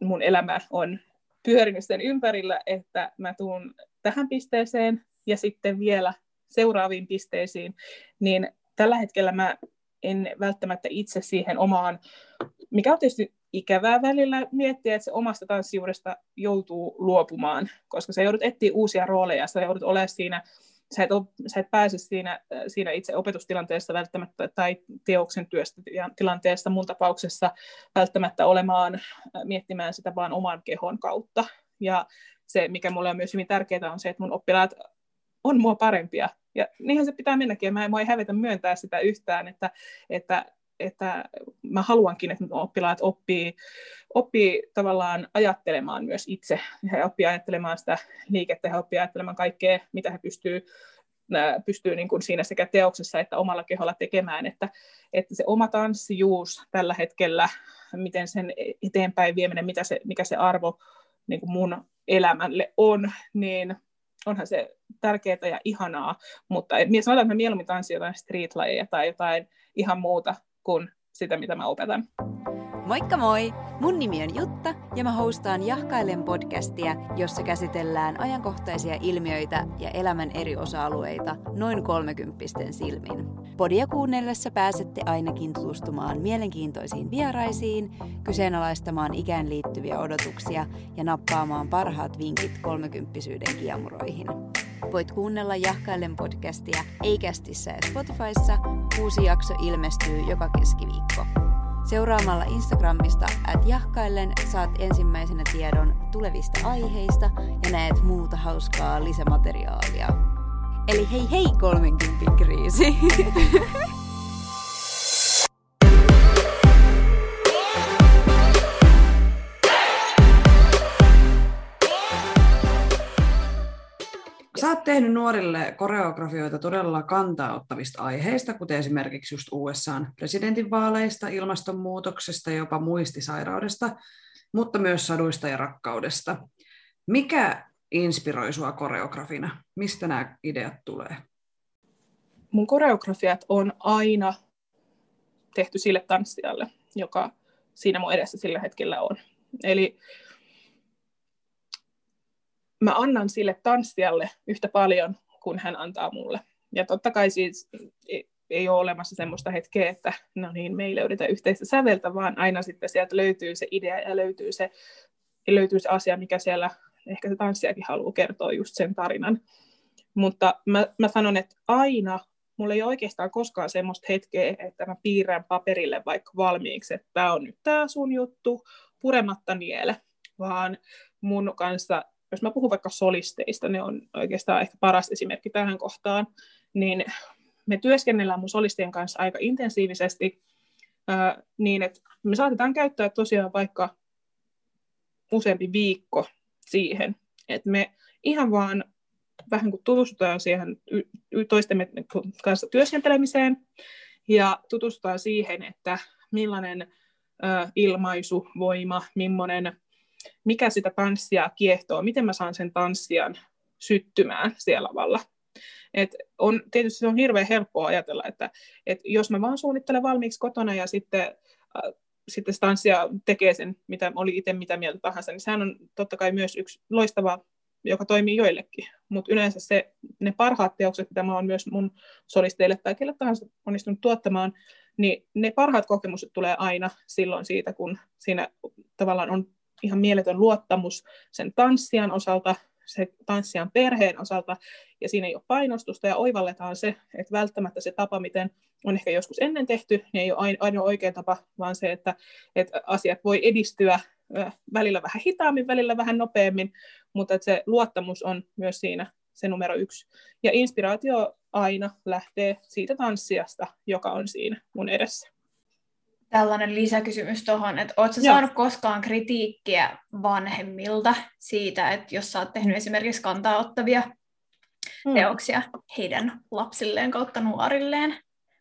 mun elämä on pyörinyt sen ympärillä, että mä tuun tähän pisteeseen ja sitten vielä seuraaviin pisteisiin, niin tällä hetkellä mä en välttämättä itse siihen omaan, mikä on tietysti ikävää välillä miettiä, että se omasta tanssijuudesta joutuu luopumaan, koska sä joudut etsiä uusia rooleja, sä joudut olemaan siinä, sä et, ole, sä et pääse siinä, siinä itse opetustilanteessa välttämättä tai teoksen työstä tilanteessa mun tapauksessa välttämättä olemaan, miettimään sitä vaan oman kehon kautta. Ja se, mikä mulle on myös hyvin tärkeää, on se, että mun oppilaat on mua parempia. Ja niinhän se pitää mennäkin, ja mä en voi hävetä myöntää sitä yhtään, että, että, että mä haluankin, että mun oppilaat oppii, oppii tavallaan ajattelemaan myös itse. He oppii ajattelemaan sitä liikettä, he oppii ajattelemaan kaikkea, mitä he pystyy, pystyy niin kuin siinä sekä teoksessa että omalla keholla tekemään. Että, että se oma tanssijuus tällä hetkellä, miten sen eteenpäin vieminen, mitä se, mikä se arvo niin kuin mun elämälle on, niin onhan se tärkeää ja ihanaa, mutta sanotaan, että mä mieluummin tanssin jotain streetlajeja tai jotain ihan muuta kuin sitä, mitä mä opetan. Moikka moi! Mun nimi on Jutta ja mä hostaan Jahkailen podcastia, jossa käsitellään ajankohtaisia ilmiöitä ja elämän eri osa-alueita noin kolmekymppisten silmin. Podia kuunnellessa pääsette ainakin tutustumaan mielenkiintoisiin vieraisiin, kyseenalaistamaan ikään liittyviä odotuksia ja nappaamaan parhaat vinkit kolmekymppisyyden kiemuroihin. Voit kuunnella Jahkailen podcastia Acastissa ja Spotifyssa. Uusi jakso ilmestyy joka keskiviikko. Seuraamalla Instagramista at jahkaillen saat ensimmäisenä tiedon tulevista aiheista ja näet muuta hauskaa lisämateriaalia. Eli hei hei kolmenkympin kriisi! Sä oot tehnyt nuorille koreografioita todella kantaa ottavista aiheista, kuten esimerkiksi just U S A:n presidentinvaaleista, ilmastonmuutoksesta ja jopa muistisairaudesta, mutta myös saduista ja rakkaudesta. Mikä inspiroi sua koreografina? Mistä nämä ideat tulee? Mun koreografiat on aina tehty sille tanssijalle, joka siinä mun edessä sillä hetkellä on. Eli mä annan sille tanssijalle yhtä paljon kuin hän antaa mulle. Ja totta kai siis ei ole olemassa semmoista hetkeä, että no niin, me ei löydetä yhteistä säveltä, vaan aina sitten sieltä löytyy se idea ja löytyy se, löytyy se asia, mikä siellä ehkä se tanssijakin haluaa kertoa just sen tarinan. Mutta mä, mä sanon, että aina mulla ei ole oikeastaan koskaan semmoista hetkeä, että mä piirrän paperille vaikka valmiiksi, että tämä on nyt tämä sun juttu, purematta niele, vaan mun kanssa, jos mä puhun vaikka solisteista, ne on oikeastaan ehkä paras esimerkki tähän kohtaan, niin me työskennellään mun solistien kanssa aika intensiivisesti ää, niin, että me saatetaan käyttää tosiaan vaikka useampi viikko siihen, että me ihan vaan vähän kuin tutustutaan siihen y- y- toistemme kanssa työskentelemiseen ja tutustutaan siihen, että millainen ää, ilmaisu, voima, millainen mikä sitä tanssia kiehtoo, miten mä saan sen tanssijan syttymään siellä lavalla. Et on, tietysti se on hirveän helppoa ajatella, että et jos mä vaan suunnittelen valmiiksi kotona ja sitten, äh, sitten tanssija tekee sen, mitä oli itse mitä mieltä tahansa, niin sehän on totta kai myös yksi loistava, joka toimii joillekin. Mutta yleensä se, ne parhaat teokset, mitä mä oon myös mun solisteille tai kelle tahansa onnistunut tuottamaan, niin ne parhaat kokemukset tulee aina silloin siitä, kun siinä tavallaan on ihan mieletön luottamus sen tanssijan osalta, se tanssijan perheen osalta, ja siinä ei ole painostusta, ja oivalletaan se, että välttämättä se tapa, miten on ehkä joskus ennen tehty, niin ei ole ainoa oikea tapa, vaan se, että, että asiat voi edistyä välillä vähän hitaammin, välillä vähän nopeammin, mutta että se luottamus on myös siinä se numero yksi. Ja inspiraatio aina lähtee siitä tanssijasta, joka on siinä mun edessä. Tällainen lisäkysymys tuohon, että ootko sä saanut koskaan kritiikkiä vanhemmilta siitä, että jos sä oot tehnyt esimerkiksi kantaa ottavia hmm. teoksia heidän lapsilleen kautta nuorilleen?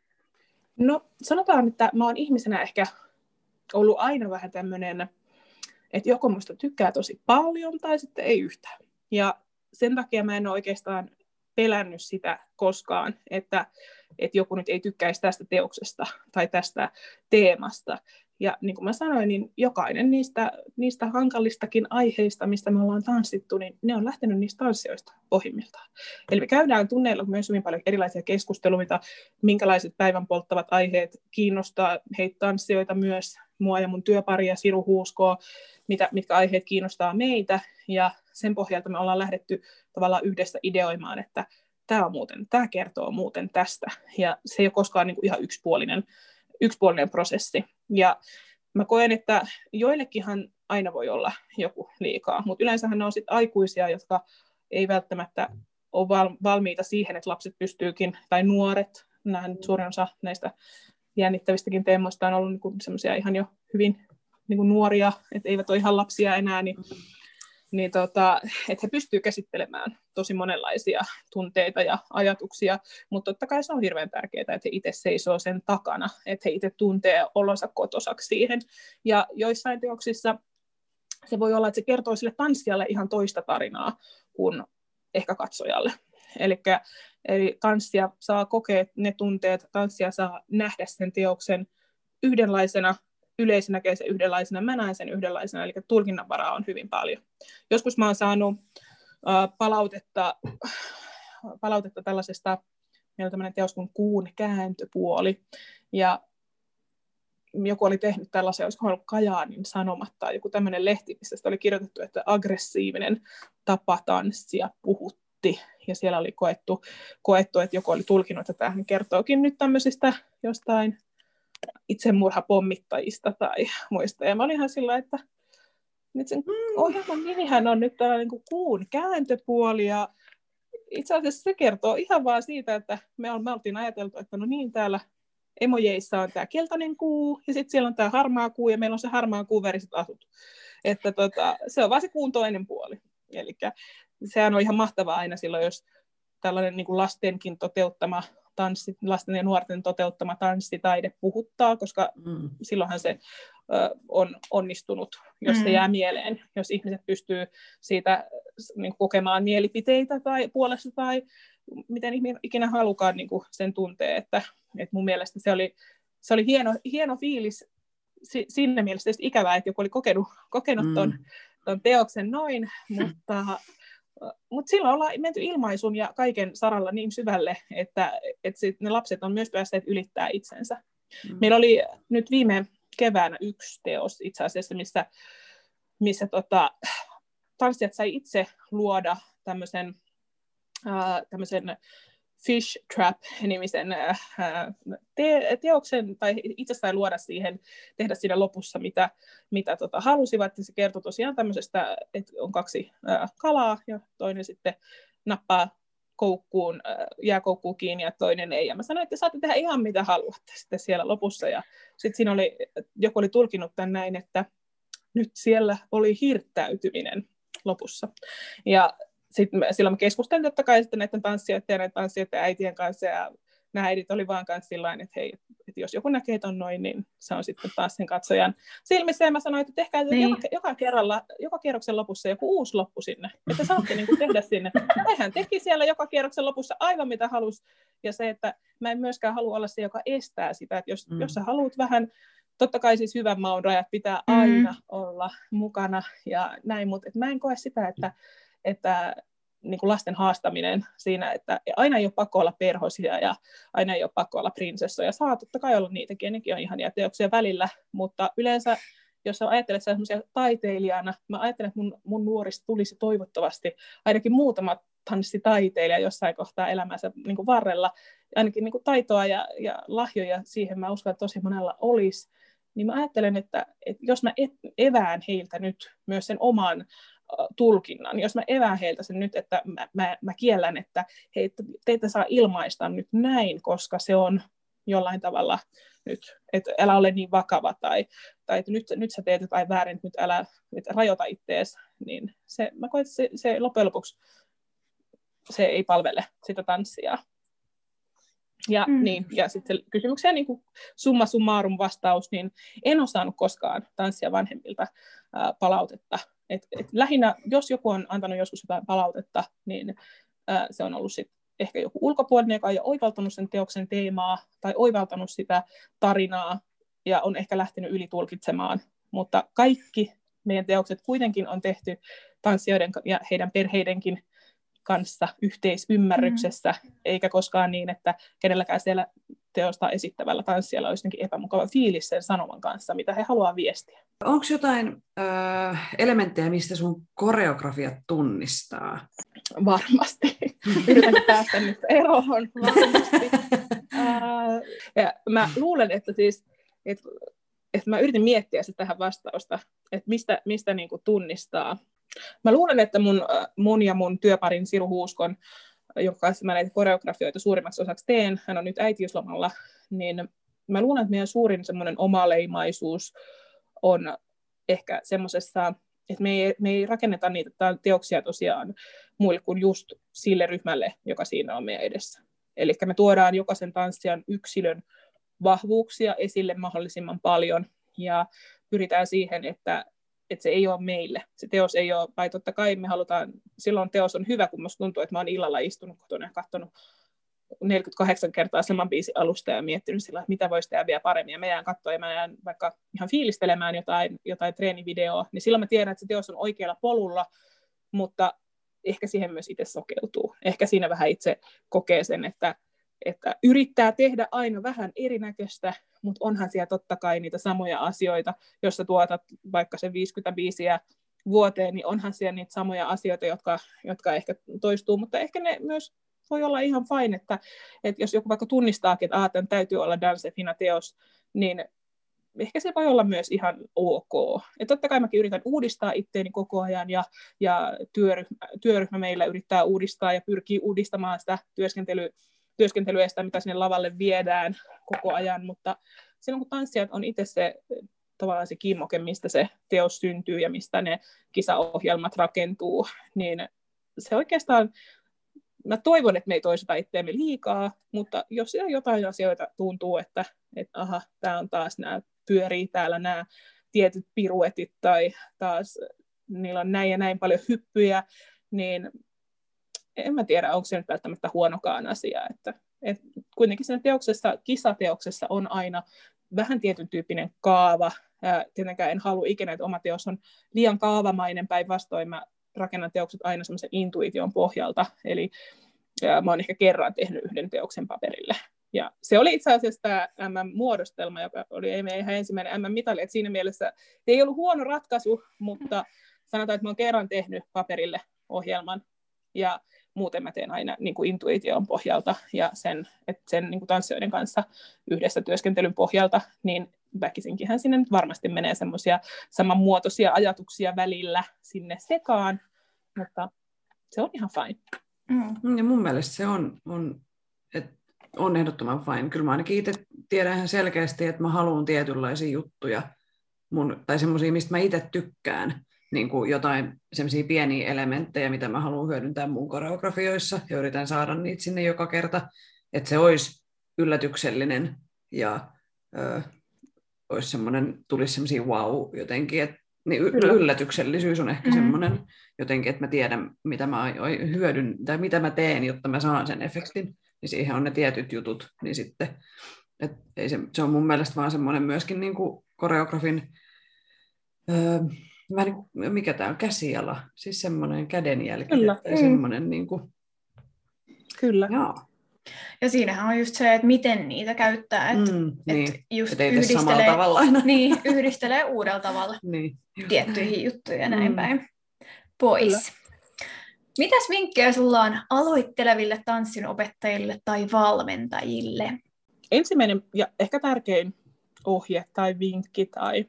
No sanotaan, että mä oon ihmisenä ehkä ollut aina vähän tämmöinen, että joko musta tykkää tosi paljon tai sitten ei yhtään. Ja sen takia mä en ole oikeastaan pelännyt sitä koskaan, että, että joku nyt ei tykkäisi tästä teoksesta tai tästä teemasta. Ja niin kuin mä sanoin, niin jokainen niistä, niistä hankalistakin aiheista, mistä me ollaan tanssittu, niin ne on lähtenyt niistä tanssioista pohjimmiltaan. Eli me käydään tunneilla myös hyvin paljon erilaisia keskusteluita, minkälaiset päivän polttavat aiheet kiinnostaa heitä tanssijoita myös, mua ja mun työparia Siru Huuskoa, mitä, mitkä aiheet kiinnostaa meitä, ja sen pohjalta me ollaan lähdetty tavallaan yhdessä ideoimaan, että tämä on muuten, tämä kertoo muuten tästä, ja se ei ole koskaan niin kuin ihan yksipuolinen, yksipuolinen prosessi. Ja mä koen, että joillekinhan aina voi olla joku liikaa, mutta yleensähän ne on sit aikuisia, jotka ei välttämättä ole valmiita siihen, että lapset pystyykin, tai nuoret, nähdään suurin osa näistä jännittävistäkin teemoista on ollut niin semmoisia ihan jo hyvin niin kuin nuoria, että eivät ole ihan lapsia enää, niin, niin tota, että he pystyvät käsittelemään tosi monenlaisia tunteita ja ajatuksia, mutta totta kai se on hirveän tärkeää, että he itse seisoo sen takana, että he itse tuntee olonsa kotosaksi siihen. Ja joissain teoksissa se voi olla, että se kertoo sille tanssijalle ihan toista tarinaa kuin ehkä katsojalle. Elikkä, eli tanssija saa kokea ne tunteet, tanssija saa nähdä sen teoksen yhdenlaisena, yleisö näkee sen yhdenlaisena, mä näen sen yhdenlaisena, eli tulkinnanvaraa on hyvin paljon. Joskus mä oon saanut uh, palautetta, palautetta tällaisesta, meillä on tämmöinen teos kuin Kuun kääntöpuoli, ja joku oli tehnyt tällaisen, olisiko ollut Kajaanin Sanomat tai joku tämmöinen lehti, missä oli kirjoitettu, että aggressiivinen tapa tanssia puhutti, ja siellä oli koettu, koettu että joku oli tulkinut, että tämähän kertookin nyt tämmöisistä jostain itsemurhapommittajista tai muista. Ja mä olin ihan sillä, että nyt sen ohjelman nimihän on nyt tällainen niin Kuun kääntöpuoli, ja itse asiassa se kertoo ihan vaan siitä, että me, on, me oltiin ajateltu, että no niin, täällä emojeissa on tämä keltainen kuu, ja sitten siellä on tämä harmaa kuu, ja meillä on se harmaa kuun väriset asut. Että tota, se on vaan se kuun toinen puoli. Eli sehän on ihan mahtavaa aina silloin, jos tällainen niin kuin lastenkin toteuttama tanssi, lasten ja nuorten toteuttama tanssitaide puhuttaa, koska mm. silloinhan se ö, on onnistunut, jos mm. se jää mieleen, jos ihmiset pystyy siitä niin kuin, kokemaan mielipiteitä tai puolesta tai miten ikinä halukaan niin kuin sen tuntee, että, että mun mielestä se oli, se oli hieno, hieno fiilis si, siinä mielessä ikävää, että joku oli kokenut, kokenut ton, mm. ton teoksen noin, mutta Mutta silloin ollaan menty ilmaisun ja kaiken saralla niin syvälle, että, että sit ne lapset on myös päässeet ylittää itsensä. Mm. Meillä oli nyt viime keväänä yksi teos itse asiassa, missä, missä tota, tanssijat sai itse luoda tämmöisen, äh, tämmöisen Fish Trap-nimisen äh, te- teoksen, tai itse sai luoda siihen, tehdä siinä lopussa, mitä, mitä tota, halusivat. Ja se kertoi tosiaan tämmöisestä, että on kaksi äh, kalaa, ja toinen sitten nappaa koukkuun, äh, jää koukkuun kiinni, ja toinen ei. Ja mä sanoin, että saatte tehdä ihan mitä haluatte sitten siellä lopussa. Ja sitten siinä oli, joku oli tulkinut tämän näin, että nyt siellä oli hirttäytyminen lopussa. Ja sitten silloin me keskustelin totta kai sitten näiden tanssijoiden ja näiden tanssijoiden äitien kanssa, ja nämä äidit oli vaan kanssa sillain, että hei, että jos joku näkee ton noin, niin se on sitten taas sen katsojan silmissä, ja mä sanoin, että tehkää niin. joka, joka, kerralla, joka kierroksen lopussa joku uusi loppu sinne, että saatte niin kuin tehdä sinne. Hän teki siellä joka kierroksen lopussa aivan mitä halusi, ja se, että mä en myöskään halua olla se, joka estää sitä, että jos, mm. jos sä haluat vähän, totta kai siis hyvän maun rajat pitää aina mm. olla mukana, ja näin, mutta mä en koe sitä, että että niin kuin lasten haastaminen siinä, että aina ei ole pakko olla perhosia ja aina ei ole pakko olla prinsessoja. Saa totta kai olla niitäkin, ja nekin on ihania teoksia välillä, mutta yleensä, jos ajattelet semmoisia taiteilijana, mä ajattelen, että mun, mun nuorista tulisi toivottavasti ainakin muutama tanssitaiteilija jossain kohtaa elämänsä niin kuin varrella, ainakin niin kuin taitoa ja, ja lahjoja siihen mä uskon, että tosi monella olisi, niin mä ajattelen, että, että jos mä evään heiltä nyt myös sen oman tulkinnan. Jos mä evään heiltä sen nyt, että mä, mä, mä kiellän, että hei, teitä saa ilmaista nyt näin, koska se on jollain tavalla nyt, että älä ole niin vakava, tai, tai että nyt, nyt sä teet jotain väärin, nyt älä nyt rajoita ittees, niin se, mä koen, että se, se loppujen lopuksi se ei palvele sitä tanssia. Ja, mm. niin, ja sitten kysymykseen niin kuin summa summarum vastaus, niin en ole saanut koskaan tanssia vanhemmilta ää, palautetta. Et, et lähinnä, jos joku on antanut joskus jotain palautetta, niin ää, se on ollut sit ehkä joku ulkopuolinen, joka ei ole oivaltanut sen teoksen teemaa tai oivaltanut sitä tarinaa ja on ehkä lähtenyt ylitulkitsemaan, mutta kaikki meidän teokset kuitenkin on tehty tanssijoiden ja heidän perheidenkin kanssa yhteisymmärryksessä, mm. eikä koskaan niin, että kenelläkään siellä teosta esittävällä tanssijalla olisi jotenkin epämukava fiilis sen sanoman kanssa, mitä he haluaa viestiä. Onko jotain äh, elementtejä, mistä sun koreografiat tunnistaa? Varmasti. Yritän päästä nyt eroon. Varmasti. äh, ja mä luulen, että siis, että, että mä yritin miettiä sitä tähän vastausta, että mistä, mistä niin kuin tunnistaa. Mä luulen, että mun, mun ja mun työparin Siru Huuskon, jonka kanssa mä näitä koreografioita suurimmaksi osaksi teen, hän on nyt äitiyslomalla, niin mä luulen, että meidän suurin semmoinen omaleimaisuus on ehkä semmoisessa, että me ei, me ei rakenneta niitä teoksia tosiaan muille kuin just sille ryhmälle, joka siinä on meidän edessä. Eli me tuodaan jokaisen tanssijan yksilön vahvuuksia esille mahdollisimman paljon ja pyritään siihen, että että se ei ole meille. Se teos ei ole, vai totta kai me halutaan, silloin teos on hyvä, kun musta tuntuu, että mä oon illalla istunut kotona ja katsonut neljäkymmentäkahdeksan kertaa saman biisin alusta ja miettinyt sillä, että mitä voisi tehdä vielä paremmin. Ja mä jään katsoa ja mä jään vaikka ihan fiilistelemään jotain, jotain treenivideoa, niin silloin mä tiedän, että se teos on oikealla polulla, mutta ehkä siihen myös itse sokeutuu. Ehkä siinä vähän itse kokee sen, että, että yrittää tehdä aina vähän erinäköistä, mutta onhan siellä totta kai niitä samoja asioita, jos sä tuotat vaikka sen viisikymmentä biisiä vuoteen, niin onhan siellä niitä samoja asioita, jotka, jotka ehkä toistuu, mutta ehkä ne myös voi olla ihan fine, että, että jos joku vaikka tunnistaakin, että tämän täytyy olla Danse Fina teos, niin ehkä se voi olla myös ihan ok. Et totta kai mäkin yritän uudistaa itteeni koko ajan, ja, ja työryhmä, työryhmä meillä yrittää uudistaa ja pyrkii uudistamaan sitä työskentelyä, työskentelyä ja sitä, mitä sinne lavalle viedään koko ajan, mutta silloin kun tanssijat on itse se tavallaan se kimmoke, mistä se teos syntyy ja mistä ne kisaohjelmat rakentuu, niin se oikeastaan, mä toivon, että me ei toiseta itseämme liikaa, mutta jos jotain asioita tuntuu, että, että aha, tää on taas nämä pyörii täällä nämä tietyt piruetit tai taas niillä on näin ja näin paljon hyppyjä, niin en mä tiedä, onko se nyt välttämättä huonokaan asia. Että, että kuitenkin siinä teoksessa, kisateoksessa on aina vähän tietyn tyyppinen kaava. Ja tietenkään en halua ikinä, että oma teos on liian kaavamainen, päinvastoin mä rakennan teokset aina semmoisen intuition pohjalta. Eli ja mä oon ehkä kerran tehnyt yhden teoksen paperille. Ja se oli itse asiassa tämä M M-muodostelma, joka oli meidän ihan ensimmäinen M M-mitali. Että siinä mielessä ei ollut huono ratkaisu, mutta sanotaan, että mä oon kerran tehnyt paperille ohjelman. Ja muuten mä teen aina niin kuin intuition pohjalta ja sen, että sen niin kuin tanssijoiden kanssa yhdessä työskentelyn pohjalta, niin väkisinkinhän sinne nyt varmasti menee semmoisia samanmuotoisia ajatuksia välillä sinne sekaan, mutta se on ihan fine. Mm. Ja mun mielestä se on, on, et on ehdottoman fine. Kyllä mä ainakin itse tiedän ihan selkeästi, että mä haluan tietynlaisia juttuja, mun, tai semmoisia, mistä mä itse tykkään. Niin kuin jotain semmoisia pieniä elementtejä, mitä mä haluan hyödyntää mun koreografioissa, ja yritän saada niitä sinne joka kerta, että se olisi yllätyksellinen, ja ö, olisi semmoinen, tulisi semmoisia wow jotenkin, että niin y- yllätyksellisyys on ehkä mm-hmm. semmoinen jotenkin, että mä tiedän, mitä mä hyödyn, tai mitä mä teen, jotta mä saan sen efektin, niin siihen on ne tietyt jutut, niin sitten, että ei se, se on mun mielestä vaan semmoinen myöskin niin kuin koreografin, öö, Mä niin kuin, mikä tämä on, käsijala, siis semmoinen kädenjälki. Kyllä. Tai semmoinen niin kuin... Kyllä. Joo. Ja siinähän on just se, että miten niitä käyttää, että mm, et niin. just et ei yhdistelee, tavalla aina. niin, yhdistelee uudella tavalla niin, tiettyihin juttuihin ja näin mm. päin pois. Kyllä. Mitäs vinkkejä sulla on aloitteleville tanssinopettajille tai valmentajille? Ensimmäinen ja ehkä tärkein ohje tai vinkki tai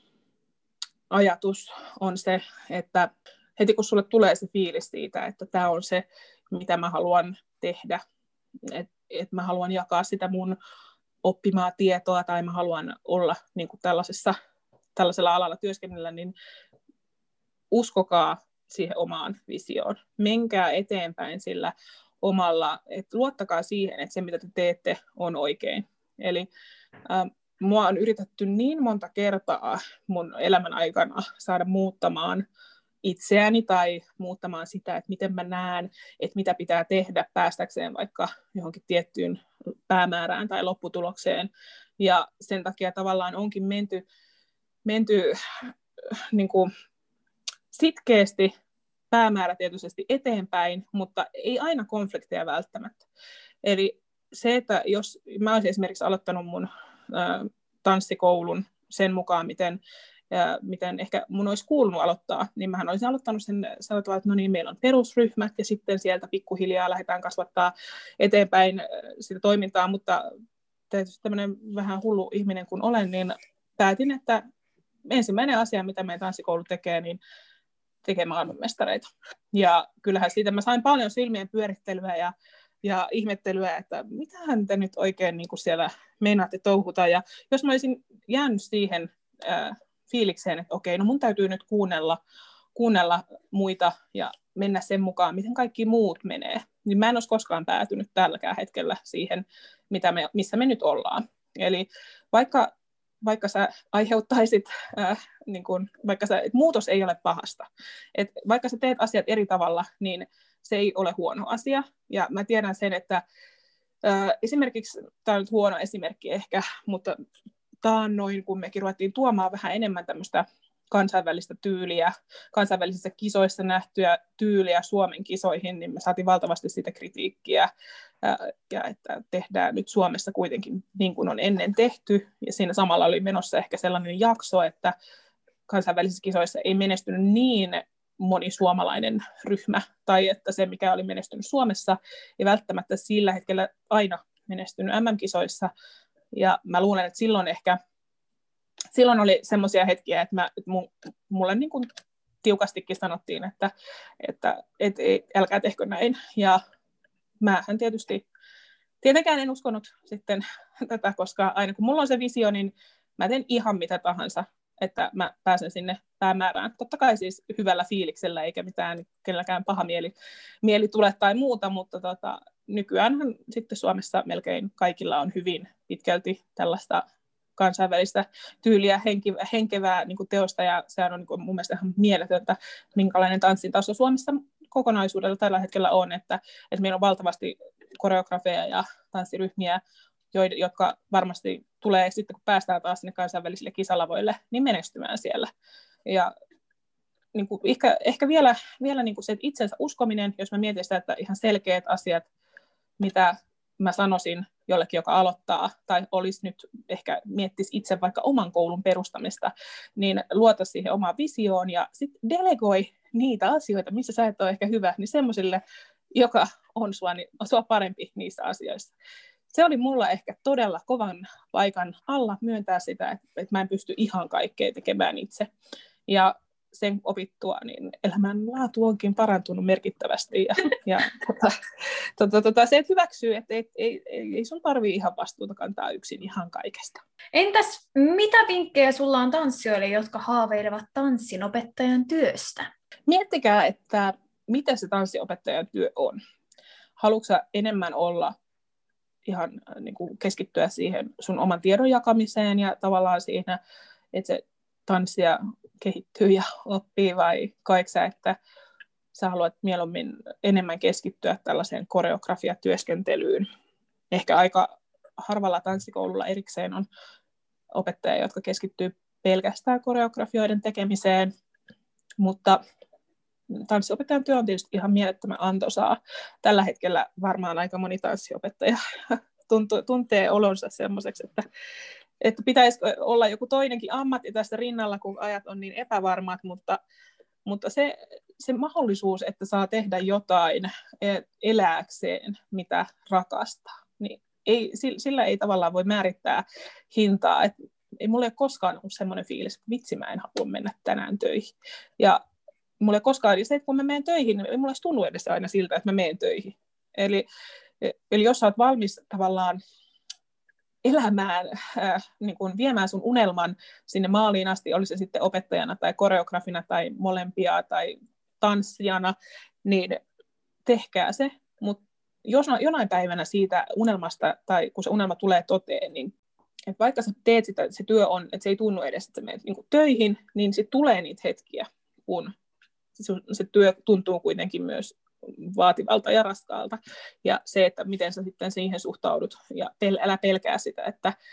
ajatus on se, että heti kun sulle tulee se fiilis siitä, että tämä on se, mitä mä haluan tehdä, että et mä haluan jakaa sitä mun oppimaa tietoa tai mä haluan olla niin kuin tällaisessa, tällaisella alalla työskennellä, niin uskokaa siihen omaan visioon. Menkää eteenpäin sillä omalla, että luottakaa siihen, että se mitä te teette on oikein. Eli ähm, mua on yritetty niin monta kertaa mun elämän aikana saada muuttamaan itseäni tai muuttamaan sitä, että miten mä näen, että mitä pitää tehdä päästäkseen vaikka johonkin tiettyyn päämäärään tai lopputulokseen. Ja sen takia tavallaan onkin menty, menty niin kuin sitkeästi päämäärätietoisesti eteenpäin, mutta ei aina konflikteja välttämättä. Eli se, että jos mä olisin esimerkiksi aloittanut mun ä, tanssikoulun sen mukaan, miten, ä, miten ehkä mun olisi kuulunut aloittaa, niin mähän olisin aloittanut sen sillä tavalla, että no niin, meillä on perusryhmät ja sitten sieltä pikkuhiljaa lähdetään kasvattaa eteenpäin ä, sitä toimintaa, mutta tietysti tämmöinen vähän hullu ihminen kun olen, niin päätin, että ensimmäinen asia, mitä meidän tanssikoulu tekee, niin tekee maailmanmestareita. Ja kyllähän siitä mä sain paljon silmien pyörittelyä ja, ja ihmettelyä, että mitähän te nyt oikein niin kuin siellä meinaatte touhuta. Ja jos mä olisin jäänyt siihen äh, fiilikseen, että okei, no mun täytyy nyt kuunnella, kuunnella muita ja mennä sen mukaan, miten kaikki muut menee, niin mä en olisi koskaan päätynyt tälläkään hetkellä siihen, mitä me, missä me nyt ollaan. Eli vaikka vaikka sä aiheuttaisit, äh, niin kun, vaikka sä, et muutos ei ole pahasta. Et vaikka sä teet asiat eri tavalla, niin se ei ole huono asia. Ja mä tiedän sen, että äh, esimerkiksi, tämä on nyt huono esimerkki ehkä, mutta taannoin, kun mekin ruvettiin tuomaan vähän enemmän tämmöistä kansainvälistä tyyliä, kansainvälisissä kisoissa nähtyä tyyliä Suomen kisoihin, niin me saatiin valtavasti siitä kritiikkiä, ja että tehdään nyt Suomessa kuitenkin niin kuin on ennen tehty, ja siinä samalla oli menossa ehkä sellainen jakso, että kansainvälisissä kisoissa ei menestynyt niin moni suomalainen ryhmä, tai että se, mikä oli menestynyt Suomessa, ei välttämättä sillä hetkellä aina menestynyt M M-kisoissa, ja mä luulen, että silloin ehkä Silloin oli semmoisia hetkiä, että, mä, että mulle niin kuin tiukastikin sanottiin, että, että et, et, älkää tehkö näin. Ja mähän tietysti, tietenkään en uskonut sitten tätä, koska aina kun mulla on se visio, niin mä teen ihan mitä tahansa, että mä pääsen sinne päämäärään. Totta kai siis hyvällä fiiliksellä, eikä mitään kenelläkään paha mieli, mieli tule tai muuta, mutta tota, nykyäänhän sitten Suomessa melkein kaikilla on hyvin pitkälti tällaista kansainvälistä tyyliä, henkevää niin kuin teosta, ja se on niin kuin mun mielestä ihan mieletöntä, minkälainen tanssin taso Suomessa kokonaisuudella tällä hetkellä on, että, että meillä on valtavasti koreografeja ja tanssiryhmiä, jotka varmasti tulee sitten, kun päästään taas sinne kansainvälisille kisalavoille, niin menestymään siellä. Ja niin kuin ehkä, ehkä vielä, vielä niin kuin se, että itsensä uskominen, jos mä mietin sitä, että ihan selkeät asiat, mitä mä sanoisin jollekin, joka aloittaa, tai olisi nyt ehkä miettisi itse vaikka oman koulun perustamista, niin luota siihen omaan visioon ja sitten delegoi niitä asioita, missä sä et ole ehkä hyvä, niin semmoiselle, joka on sua, niin on sua parempi niissä asioissa. Se oli mulla ehkä todella kovan paikan alla myöntää sitä, että, että mä en pysty ihan kaikkea tekemään itse. Ja sen opittua, niin elämänlaatu onkin parantunut merkittävästi. Ja, ja tota, tota, tota, se, että hyväksyy, että ei, ei, ei, ei sun tarvitse ihan vastuuta kantaa yksin ihan kaikesta. Entäs mitä vinkkejä sulla on tanssijoille, jotka haaveilevat tanssinopettajan työstä? Miettikää, että mitä se tanssinopettajan työ on. Haluatko sä enemmän olla ihan niin kuin keskittyä siihen sun oman tiedon jakamiseen ja tavallaan siinä, että se tanssia kehittyy ja oppii, vai koetko sä, että sä haluat mieluummin enemmän keskittyä tällaiseen koreografiatyöskentelyyn? Ehkä aika harvalla tanssikoululla erikseen on opettajia, jotka keskittyy pelkästään koreografioiden tekemiseen, mutta tanssiopettajan työ on tietysti ihan mielettömän antoisaa. Tällä hetkellä varmaan aika moni tanssiopettaja tuntuu, tuntee olonsa semmoiseksi, että että pitäisi olla joku toinenkin ammatti tässä rinnalla, kun ajat on niin epävarmat, mutta, mutta se, se mahdollisuus, että saa tehdä jotain elääkseen, mitä rakastaa, niin ei, sillä ei tavallaan voi määrittää hintaa. Et ei mulla ole koskaan ollut semmoinen fiilis, että vitsi, mä en halua mennä tänään töihin. Ja mulla ei koskaan, se, että kun mä menen töihin, niin ei mulla edes tunnu edes aina siltä, että mä menen töihin. Eli, eli jos sä oot valmis tavallaan elämään, äh, niin kuin viemään sun unelman sinne maaliin asti, oli se sitten opettajana tai koreografina tai molempia tai tanssijana, niin tehkää se. Mutta jos jonain päivänä siitä unelmasta, tai kun se unelma tulee toteen, niin että vaikka sä teet sitä, se työ on, että se ei tunnu edes, että sä menet niin kuin töihin, niin sitten tulee niitä hetkiä, kun se työ tuntuu kuitenkin myös vaativalta ja raskaalta. Ja se, että miten sä sitten siihen suhtaudut, ja pel- älä pelkää sitä, että,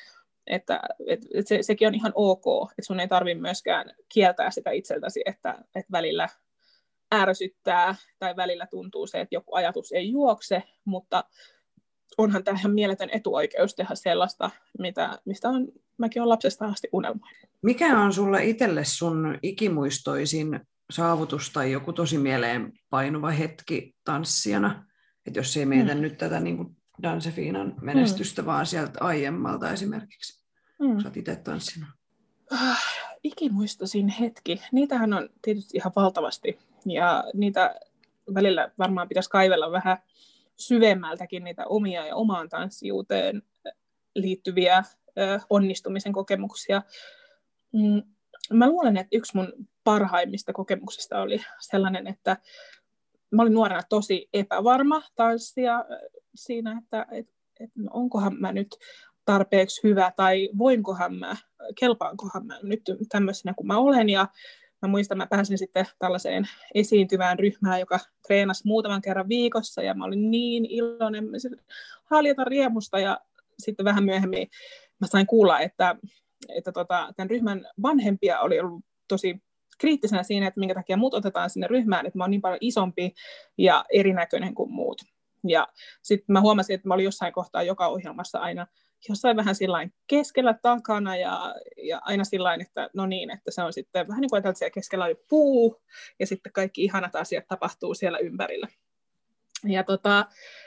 että et, et se, sekin on ihan ok, että sun ei tarvitse myöskään kieltää sitä itseltäsi, että et välillä ärsyttää tai välillä tuntuu se, että joku ajatus ei juokse, mutta onhan tämä ihan mieletön etuoikeus tehdä sellaista, mitä, mistä on, mäkin olen lapsesta asti unelmoinut. Mikä on sulle itselle sun ikimuistoisin saavutus tai joku tosi mieleen painuva hetki tanssijana? Että jos ei mietitä hmm. nyt tätä niin kuin Dancefiinan menestystä, hmm. vaan sieltä aiemmalta esimerkiksi, hmm. kun sä oot itse tanssina. Ah, ikimuistoisin hetki. Niitähän on tietysti ihan valtavasti. Ja niitä välillä varmaan pitäisi kaivella vähän syvemmältäkin niitä omia ja omaan tanssijuuteen liittyviä ö, onnistumisen kokemuksia. Mm, mä luulen, että yksi mun parhaimmista kokemuksista oli sellainen, että mä olin nuorena tosi epävarma tanssia siinä, että et, et, no onkohan mä nyt tarpeeksi hyvä tai voinkohan mä, kelpaankohan mä nyt tämmöisenä kuin mä olen. Ja mä muistan, mä pääsin sitten tällaiseen esiintyvään ryhmään, joka treenasi muutaman kerran viikossa, ja mä olin niin iloinen, haljeta riemusta, ja sitten vähän myöhemmin mä sain kuulla, että, että tota, tämän ryhmän vanhempia oli ollut tosi kriittisenä siinä, että minkä takia mut otetaan sinne ryhmään, että mä oon niin paljon isompi ja erinäköinen kuin muut. Ja sitten mä huomasin, että mä olin jossain kohtaa joka ohjelmassa aina jossain vähän sillain keskellä takana ja, ja aina sillain, että no niin, että se on sitten vähän niin kuin ajatellaan, että siellä keskellä on puu ja sitten kaikki ihanat asiat tapahtuu siellä ympärillä. Ja tota,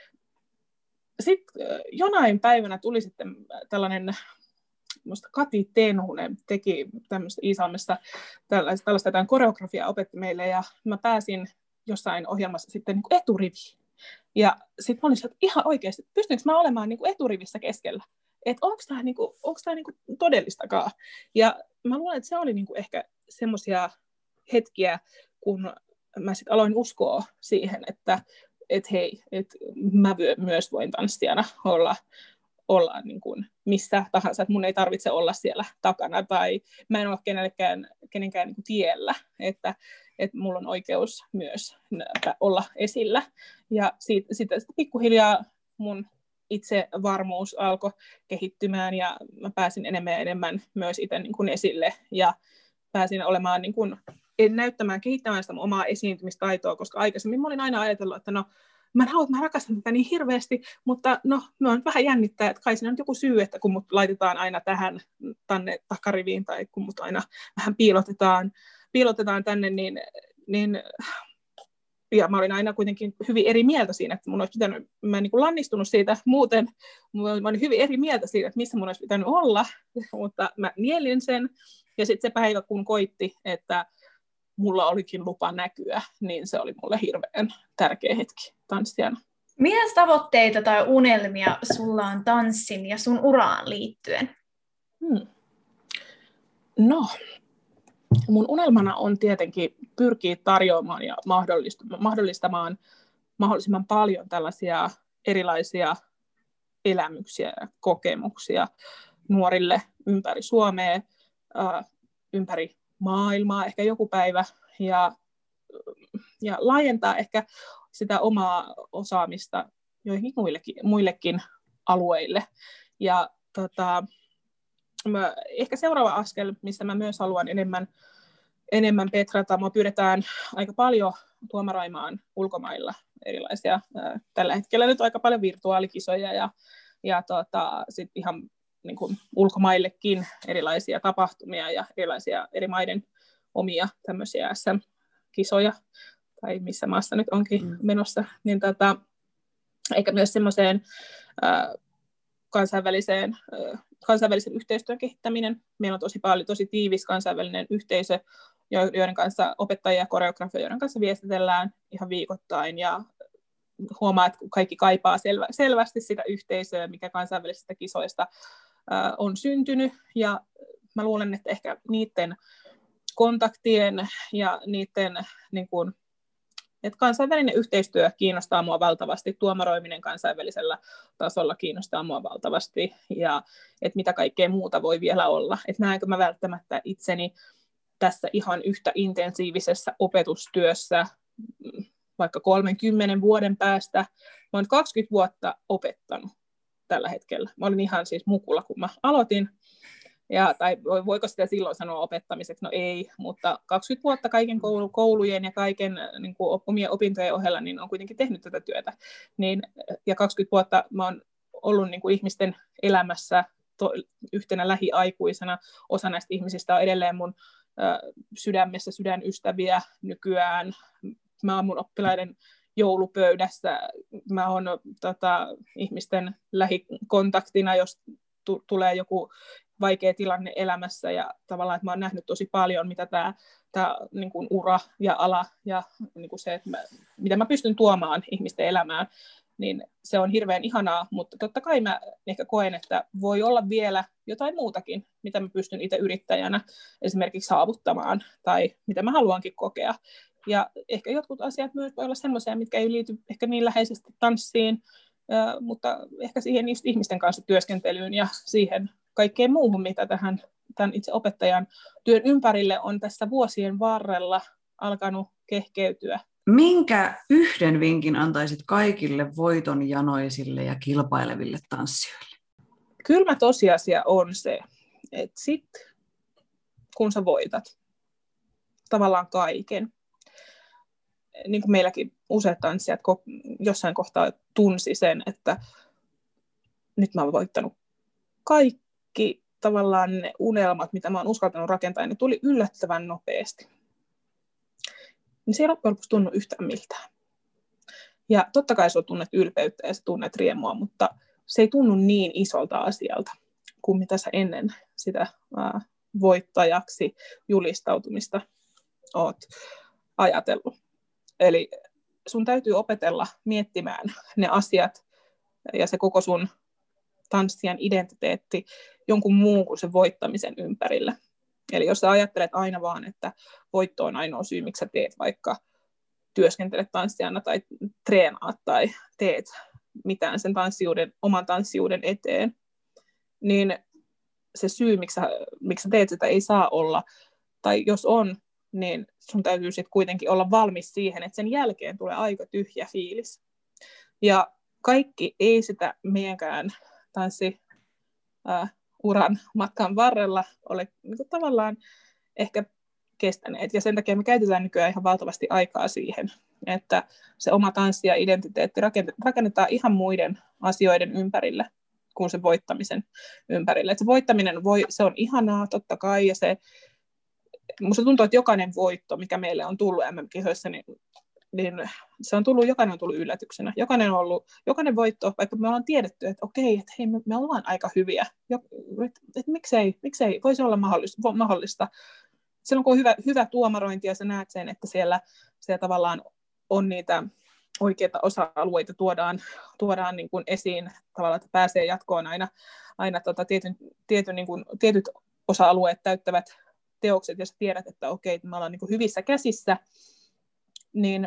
sitten jonain päivänä tuli sitten tällainen, musta Kati Tenhunen teki tämmöistä Iisalmessa tällaista, tällaista jotain koreografiaa opetti meille, ja mä pääsin jossain ohjelmassa sitten niin kuin eturiviin. Ja sitten mä olin sieltä ihan oikeasti, pystynkö mä olemaan niin kuin eturivissä keskellä? Että onko tämä niin kuin, onko tämä niin kuin todellistakaan? Ja mä luulen, että se oli niin kuin ehkä semmoisia hetkiä, kun mä sitten aloin uskoa siihen, että et hei, että mä myös voin tanssijana olla, olla niin kuin missä tahansa, että mun ei tarvitse olla siellä takana tai mä en ole kenellekään, kenenkään niin kuin tiellä, että, että mulla on oikeus myös olla esillä. Ja siitä, siitä pikkuhiljaa mun itsevarmuus alkoi kehittymään ja mä pääsin enemmän ja enemmän myös itse niin kuin esille ja pääsin olemaan niin kuin, näyttämään, kehittämään sitä omaa esiintymistaitoa, koska aikaisemmin mä olin aina ajatellut, että no mä, mä rakastan tätä niin hirveästi, mutta no, mä oon vähän jännittää, että kai siinä on joku syy, että kun mut laitetaan aina tähän tänne takariviin tai kun mut aina vähän piilotetaan, piilotetaan tänne, niin, niin ja mä olin aina kuitenkin hyvin eri mieltä siinä, että mun olisi pitänyt, mä en niin kuin lannistunut siitä muuten, mä olin hyvin eri mieltä siitä, että missä mun olisi pitänyt olla, mutta mä nielin sen, ja sitten se päivä, kun koitti, että mulla olikin lupa näkyä, niin se oli mulle hirveän tärkeä hetki tanssijana. Mitä tavoitteita tai unelmia sulla on tanssin ja sun uraan liittyen? Hmm. No, mun unelmana on tietenkin pyrkiä tarjoamaan ja mahdollistamaan mahdollisimman paljon tällaisia erilaisia elämyksiä ja kokemuksia nuorille ympäri Suomea, äh, ympäri maailmaa ehkä joku päivä, ja, ja laajentaa ehkä sitä omaa osaamista joihinkin muillekin, muillekin alueille. Ja tota, mä, ehkä seuraava askel, missä mä myös haluan enemmän, enemmän petrata, mua pyydetään aika paljon tuomaroimaan ulkomailla erilaisia, ää, tällä hetkellä nyt aika paljon virtuaalikisoja ja, ja tota, sit ihan niin kuin ulkomaillekin erilaisia tapahtumia ja erilaisia eri maiden omia tämmöisiä S M-kisoja, tai missä maassa nyt onkin mm. menossa, niin tota, eikä myös semmoiseen äh, kansainväliseen, äh, kansainvälisen yhteistyön kehittäminen. Meillä on tosi paljon, tosi tiivis kansainvälinen yhteisö, joiden kanssa opettajia ja koreografia, joiden kanssa viestitellään ihan viikoittain, ja huomaa, että kaikki kaipaa selvä, selvästi sitä yhteisöä, mikä kansainvälisistä kisoista äh, on syntynyt, ja mä luulen, että ehkä niiden kontaktien ja niiden, niin kuin, että kansainvälinen yhteistyö kiinnostaa mua valtavasti, tuomaroiminen kansainvälisellä tasolla kiinnostaa mua valtavasti, ja että mitä kaikkea muuta voi vielä olla. Että näenkö mä välttämättä itseni tässä ihan yhtä intensiivisessä opetustyössä vaikka kolmenkymmenen vuoden päästä. Mä oon kaksikymmentä vuotta opettanut tällä hetkellä. Mä olin ihan siis mukulla, kun mä aloitin. Ja, tai voiko sitä silloin sanoa opettamiseksi? No ei, mutta kaksikymmentä vuotta kaiken koulu, koulujen ja kaiken niin kuin omien opintojen ohella niin on kuitenkin tehnyt tätä työtä. Niin, ja kaksikymmentä vuotta mä oon ollut niin kuin ihmisten elämässä to, yhtenä lähiaikuisena. Osa näistä ihmisistä on edelleen mun ö, sydämessä sydänystäviä nykyään. Mä oon mun oppilaiden joulupöydässä. Mä oon tota, ihmisten lähikontaktina, jos t- tulee joku vaikea tilanne elämässä ja tavallaan, että mä oon nähnyt tosi paljon, mitä tämä, tämä niin kuin ura ja ala ja niin kuin se, että mä, mitä mä pystyn tuomaan ihmisten elämään, niin se on hirveän ihanaa, mutta totta kai mä ehkä koen, että voi olla vielä jotain muutakin, mitä mä pystyn itse yrittäjänä esimerkiksi saavuttamaan tai mitä mä haluankin kokea. Ja ehkä jotkut asiat myös voi olla sellaisia, mitkä ei liity ehkä niin läheisesti tanssiin, mutta ehkä siihen ihmisten kanssa työskentelyyn ja siihen kaikkeen muuhun, mitä tähän tämän itse opettajan työn ympärille on tässä vuosien varrella alkanut kehkeytyä. Minkä yhden vinkin antaisit kaikille voitonjanoisille ja kilpaileville tanssijoille? Kylmä tosiasia on se, että sit kun sä voitat tavallaan kaiken, niin kuin meilläkin useat tanssijat jossain kohtaa tunsi sen, että nyt mä oon voittanut kaikki tavallaan ne unelmat, mitä mä oon uskaltanut rakentaa, ne tuli yllättävän nopeasti. Niin se ei loppujen lopuksi tunnu yhtään miltään. Ja totta kai sä tunnet ylpeyttä ja sä tunnet riemua, mutta se ei tunnu niin isolta asialta kuin mitä sä ennen sitä ää, voittajaksi julistautumista oot ajatellut. Eli sun täytyy opetella miettimään ne asiat ja se koko sun tanssijan identiteetti jonkun muun kuin sen voittamisen ympärillä. Eli jos sä ajattelet aina vaan, että voitto on ainoa syy, miksi sä teet vaikka työskentelet tanssijana tai treenaat tai teet mitään sen tanssijuuden, oman tanssijuuden eteen, niin se syy, miksi sä, miksi sä teet sitä, ei saa olla, tai jos on, niin sun täytyy sitten kuitenkin olla valmis siihen, että sen jälkeen tulee aika tyhjä fiilis. Ja kaikki ei sitä meidänkään tanssiuran matkan varrella ole niin kuin tavallaan ehkä kestäneet. Ja sen takia me käytetään nykyään ihan valtavasti aikaa siihen, että se oma tanssi ja identiteetti rakennetaan ihan muiden asioiden ympärille kuin se voittamisen ympärille. Et se voittaminen voi, se on ihanaa totta kai, ja se, musta tuntuu, että jokainen voitto, mikä meille on tullut M M-kisoissa, niin, niin se on tullut, jokainen on tullut yllätyksenä. Jokainen on ollut, jokainen voitto, vaikka me ollaan tiedetty, että okei, että hei, me, me ollaan aika hyviä. Että et miksei, miksei, voisi olla mahdollista. mahdollista. Silloin kun on hyvä, hyvä tuomarointi ja sä näet sen, että siellä, siellä tavallaan on niitä oikeita osa-alueita, tuodaan, tuodaan niin kuin esiin, tavallaan, että pääsee jatkoon aina, aina tota tietyn, tietyn, niin kuin, tietyt osa-alueet täyttävät teokset, ja sä tiedät, että okei, me ollaan niin kuin hyvissä käsissä, niin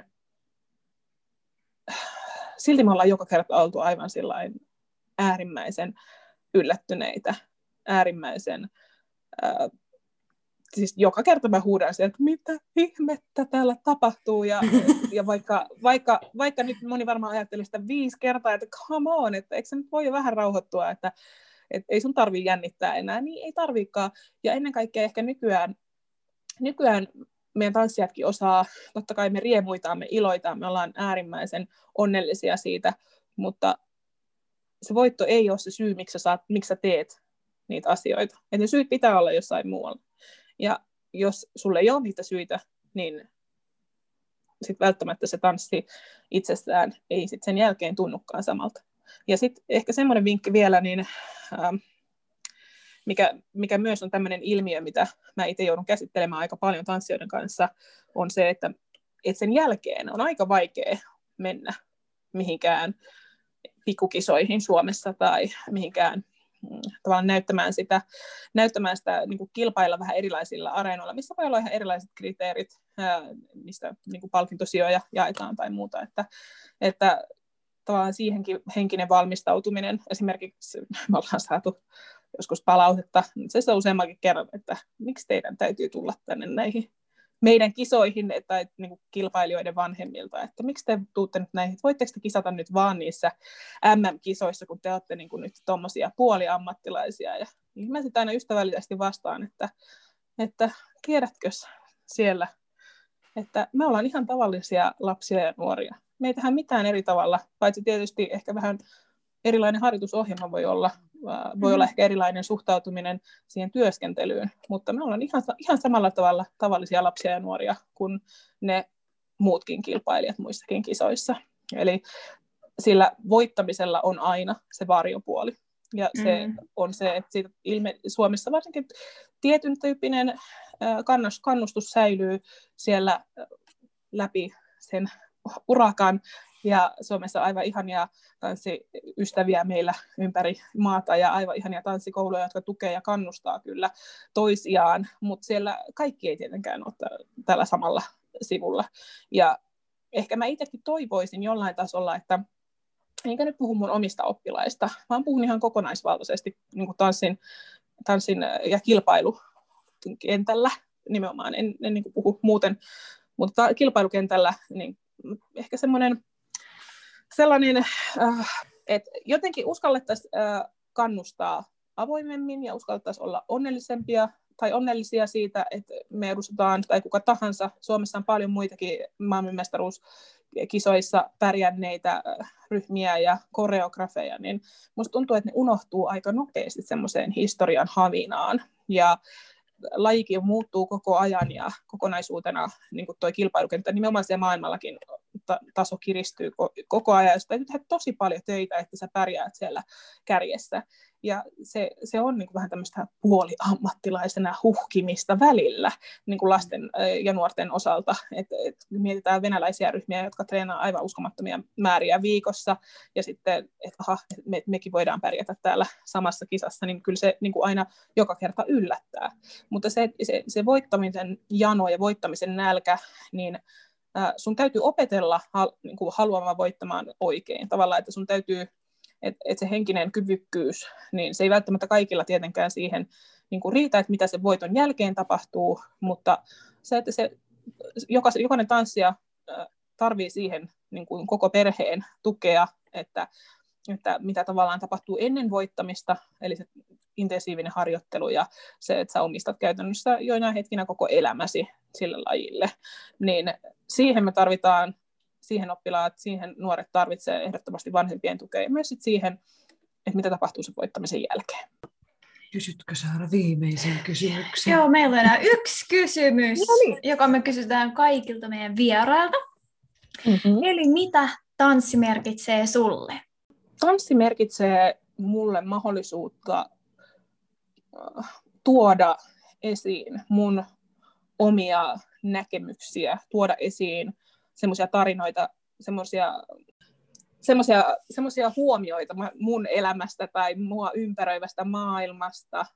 silti me ollaan joka kerta oltu aivan sillain äärimmäisen yllättyneitä, äärimmäisen ää, siis joka kerta mä huudan sieltä, että mitä ihmettä täällä tapahtuu, ja, ja vaikka, vaikka, vaikka nyt moni varmaan ajatteli sitä viisi kertaa, että come on, että eikö se nyt voi jo vähän rauhoittua, että, että ei sun tarvitse jännittää enää, niin ei tarviikaan. Ja ennen kaikkea ehkä nykyään, nykyään meidän tanssijatkin osaa, totta kai me riemuitaan, me iloitaan, me ollaan äärimmäisen onnellisia siitä, mutta se voitto ei ole se syy, miksi sä, saat, miksi sä teet niitä asioita. Että ne syyt pitää olla jossain muualla. Ja jos sulle ei ole niitä syitä, niin sitten välttämättä se tanssi itsessään ei sit sen jälkeen tunnukaan samalta. Ja sitten ehkä semmoinen vinkki vielä, niin, ähm, mikä, mikä myös on tämmöinen ilmiö, mitä mä itse joudun käsittelemään aika paljon tanssijoiden kanssa, on se, että, että sen jälkeen on aika vaikea mennä mihinkään pikkukisoihin Suomessa tai mihinkään tavallaan näyttämään sitä, näyttämään sitä niin kuin kilpailla vähän erilaisilla areenoilla, missä voi olla ihan erilaiset kriteerit, ää, mistä niin kuin palkintosijoja jaetaan tai muuta, että, että tavallaan siihenkin henkinen valmistautuminen, esimerkiksi me ollaan saatu joskus palautetta, se on useammankin kerran, että miksi teidän täytyy tulla tänne näihin meidän kisoihin tai niin kuin kilpailijoiden vanhemmilta, että miksi te tuutte nyt näihin, voitteko te kisata nyt vaan niissä M M-kisoissa, kun te olette niin kuin nyt tommosia puoliammattilaisia, ja niin mä sitten aina ystävällisesti vastaan, että, että tiedätkö siellä, että me ollaan ihan tavallisia lapsia ja nuoria. Me ei tehdä mitään eri tavalla, paitsi tietysti ehkä vähän erilainen harjoitusohjelma voi olla, voi olla ehkä erilainen suhtautuminen siihen työskentelyyn, mutta me ollaan ihan, ihan samalla tavalla tavallisia lapsia ja nuoria kuin ne muutkin kilpailijat muissakin kisoissa. Eli sillä voittamisella on aina se varjopuoli. Ja se mm. on se, että siitä ilme, Suomessa varsinkin tietyn tyyppinen kannustus säilyy siellä läpi sen urakan, ja Suomessa on aivan ihania tanssiystäviä meillä ympäri maata ja aivan ihania tanssikouluja, jotka tukee ja kannustaa kyllä toisiaan, mutta siellä kaikki ei tietenkään ole tällä samalla sivulla. Ja ehkä mä itsekin toivoisin jollain tasolla, että enkä nyt puhu mun omista oppilaista, vaan puhun ihan kokonaisvaltaisesti niin kuin tanssin, tanssin ja kilpailukentällä nimenomaan, en, en niin kuin puhu muuten, mutta kilpailukentällä niin ehkä semmoinen sellainen, että jotenkin uskallettaisiin kannustaa avoimemmin ja uskallettaisiin olla onnellisempia tai onnellisia siitä, että me edustetaan, tai kuka tahansa, Suomessa on paljon muitakin maailmanmestaruuskisoissa pärjänneitä ryhmiä ja koreografeja, niin musta tuntuu, että ne unohtuu aika nopeasti semmoiseen historian havinaan, ja lajikin muuttuu koko ajan ja kokonaisuutena niin kuin toi kilpailukenttä nimenomaan siellä maailmallakin ta- taso kiristyy ko- koko ajan, ja täytyy tehdä tosi paljon töitä, että sä pärjäät siellä kärjessä. Ja se, se on niin kuin vähän tämmöistä puoliammattilaisena huhkimista välillä niin kuin lasten ja nuorten osalta. Et, et mietitään venäläisiä ryhmiä, jotka treenaa aivan uskomattomia määriä viikossa, ja sitten, että aha, me, mekin voidaan pärjätä täällä samassa kisassa, niin kyllä se niin kuin aina joka kerta yllättää. Mutta se, se, se voittamisen jano ja voittamisen nälkä, niin äh, sun täytyy opetella hal, niin kuin haluamaan voittamaan oikein. Tavallaan, että sun täytyy Että et se henkinen kyvykkyys, niin se ei välttämättä kaikilla tietenkään siihen niin kuin riitä, että mitä se voiton jälkeen tapahtuu, mutta se, että se, jokainen, jokainen tanssija tarvitsee siihen niin kuin koko perheen tukea, että, että mitä tavallaan tapahtuu ennen voittamista, eli se intensiivinen harjoittelu ja se, että sä omistat käytännössä joinain hetkinä koko elämäsi sille lajille, niin siihen me tarvitaan siihen oppilaat, siihen nuoret tarvitsee ehdottomasti vanhempien tukea ja myös siihen, että mitä tapahtuu sen voittamisen jälkeen. Kysytkö Saara viimeisen kysymyksen? Joo, meillä on enää yksi kysymys, no niin. joka me kysytään kaikilta meidän vierailta. Mm-hmm. Eli mitä tanssi merkitsee sulle? Tanssi merkitsee mulle mahdollisuutta tuoda esiin mun omia näkemyksiä, tuoda esiin semmoisia tarinoita, semmoisia semmoisia semmoisia huomioita mun elämästä tai mua ympäröivästä maailmasta,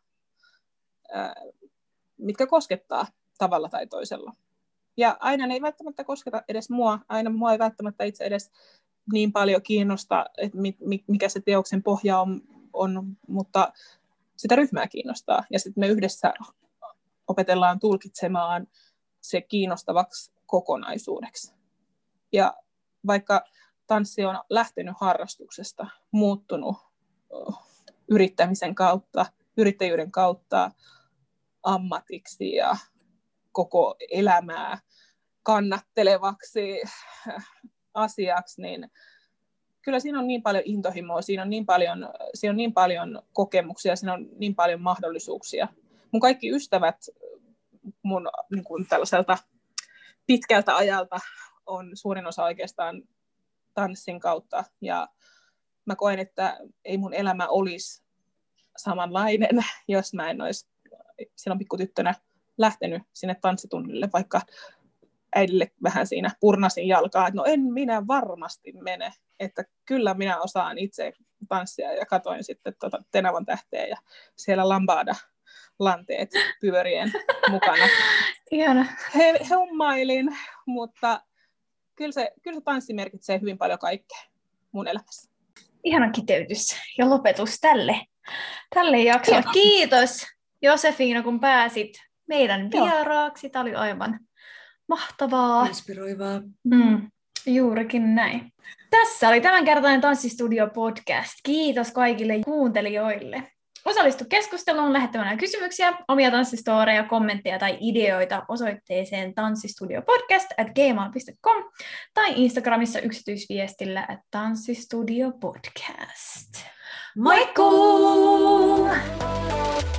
mitkä koskettaa tavalla tai toisella. Ja aina ne ei välttämättä kosketa edes mua, aina mua ei välttämättä itse edes niin paljon kiinnosta, että mikä se teoksen pohja on, on mutta sitä ryhmää kiinnostaa. Ja sitten me yhdessä opetellaan tulkitsemaan se kiinnostavaksi kokonaisuudeksi. Ja vaikka tanssi on lähtenyt harrastuksesta, muuttunut yrittämisen kautta, yrittäjyyden kautta ammatiksi ja koko elämää kannattelevaksi asiaksi, niin kyllä siinä on niin paljon intohimoa, siinä on niin paljon, siinä on niin paljon kokemuksia, siinä on niin paljon mahdollisuuksia. Mun kaikki ystävät mun niin kuin tällaiselta pitkältä ajalta on suurin osa oikeastaan tanssin kautta, ja mä koen, että ei mun elämä olisi samanlainen, jos mä en olisi silloin pikkutyttönä lähtenyt sinne tanssitunnille, vaikka äidille vähän siinä purnasin jalkaa, että no en minä varmasti mene, että kyllä minä osaan itse tanssia, ja katoin sitten tuota Tenavan tähteä ja siellä lambada lanteet pyörien mukana. Ihana. He, hommailin, mutta kyllä se, kyllä se tanssi merkitsee hyvin paljon kaikkea mun elämässä. Ihana kiteytys ja lopetus tälle, tälle jaksolle. Kiitos Josefiina, kun pääsit meidän vieraaksi. Tämä oli aivan Mahtavaa. Inspiroivaa. Mm, juurikin näin. Tässä oli tämänkertainen Tanssistudio-podcast. Kiitos kaikille kuuntelijoille. Osallistu keskusteluun lähettämällä kysymyksiä, omia tanssistoreja, kommentteja tai ideoita osoitteeseen tanssistudiopodcast at gmail dot com tai Instagramissa yksityisviestillä at tanssistudiopodcast. Moikkuu!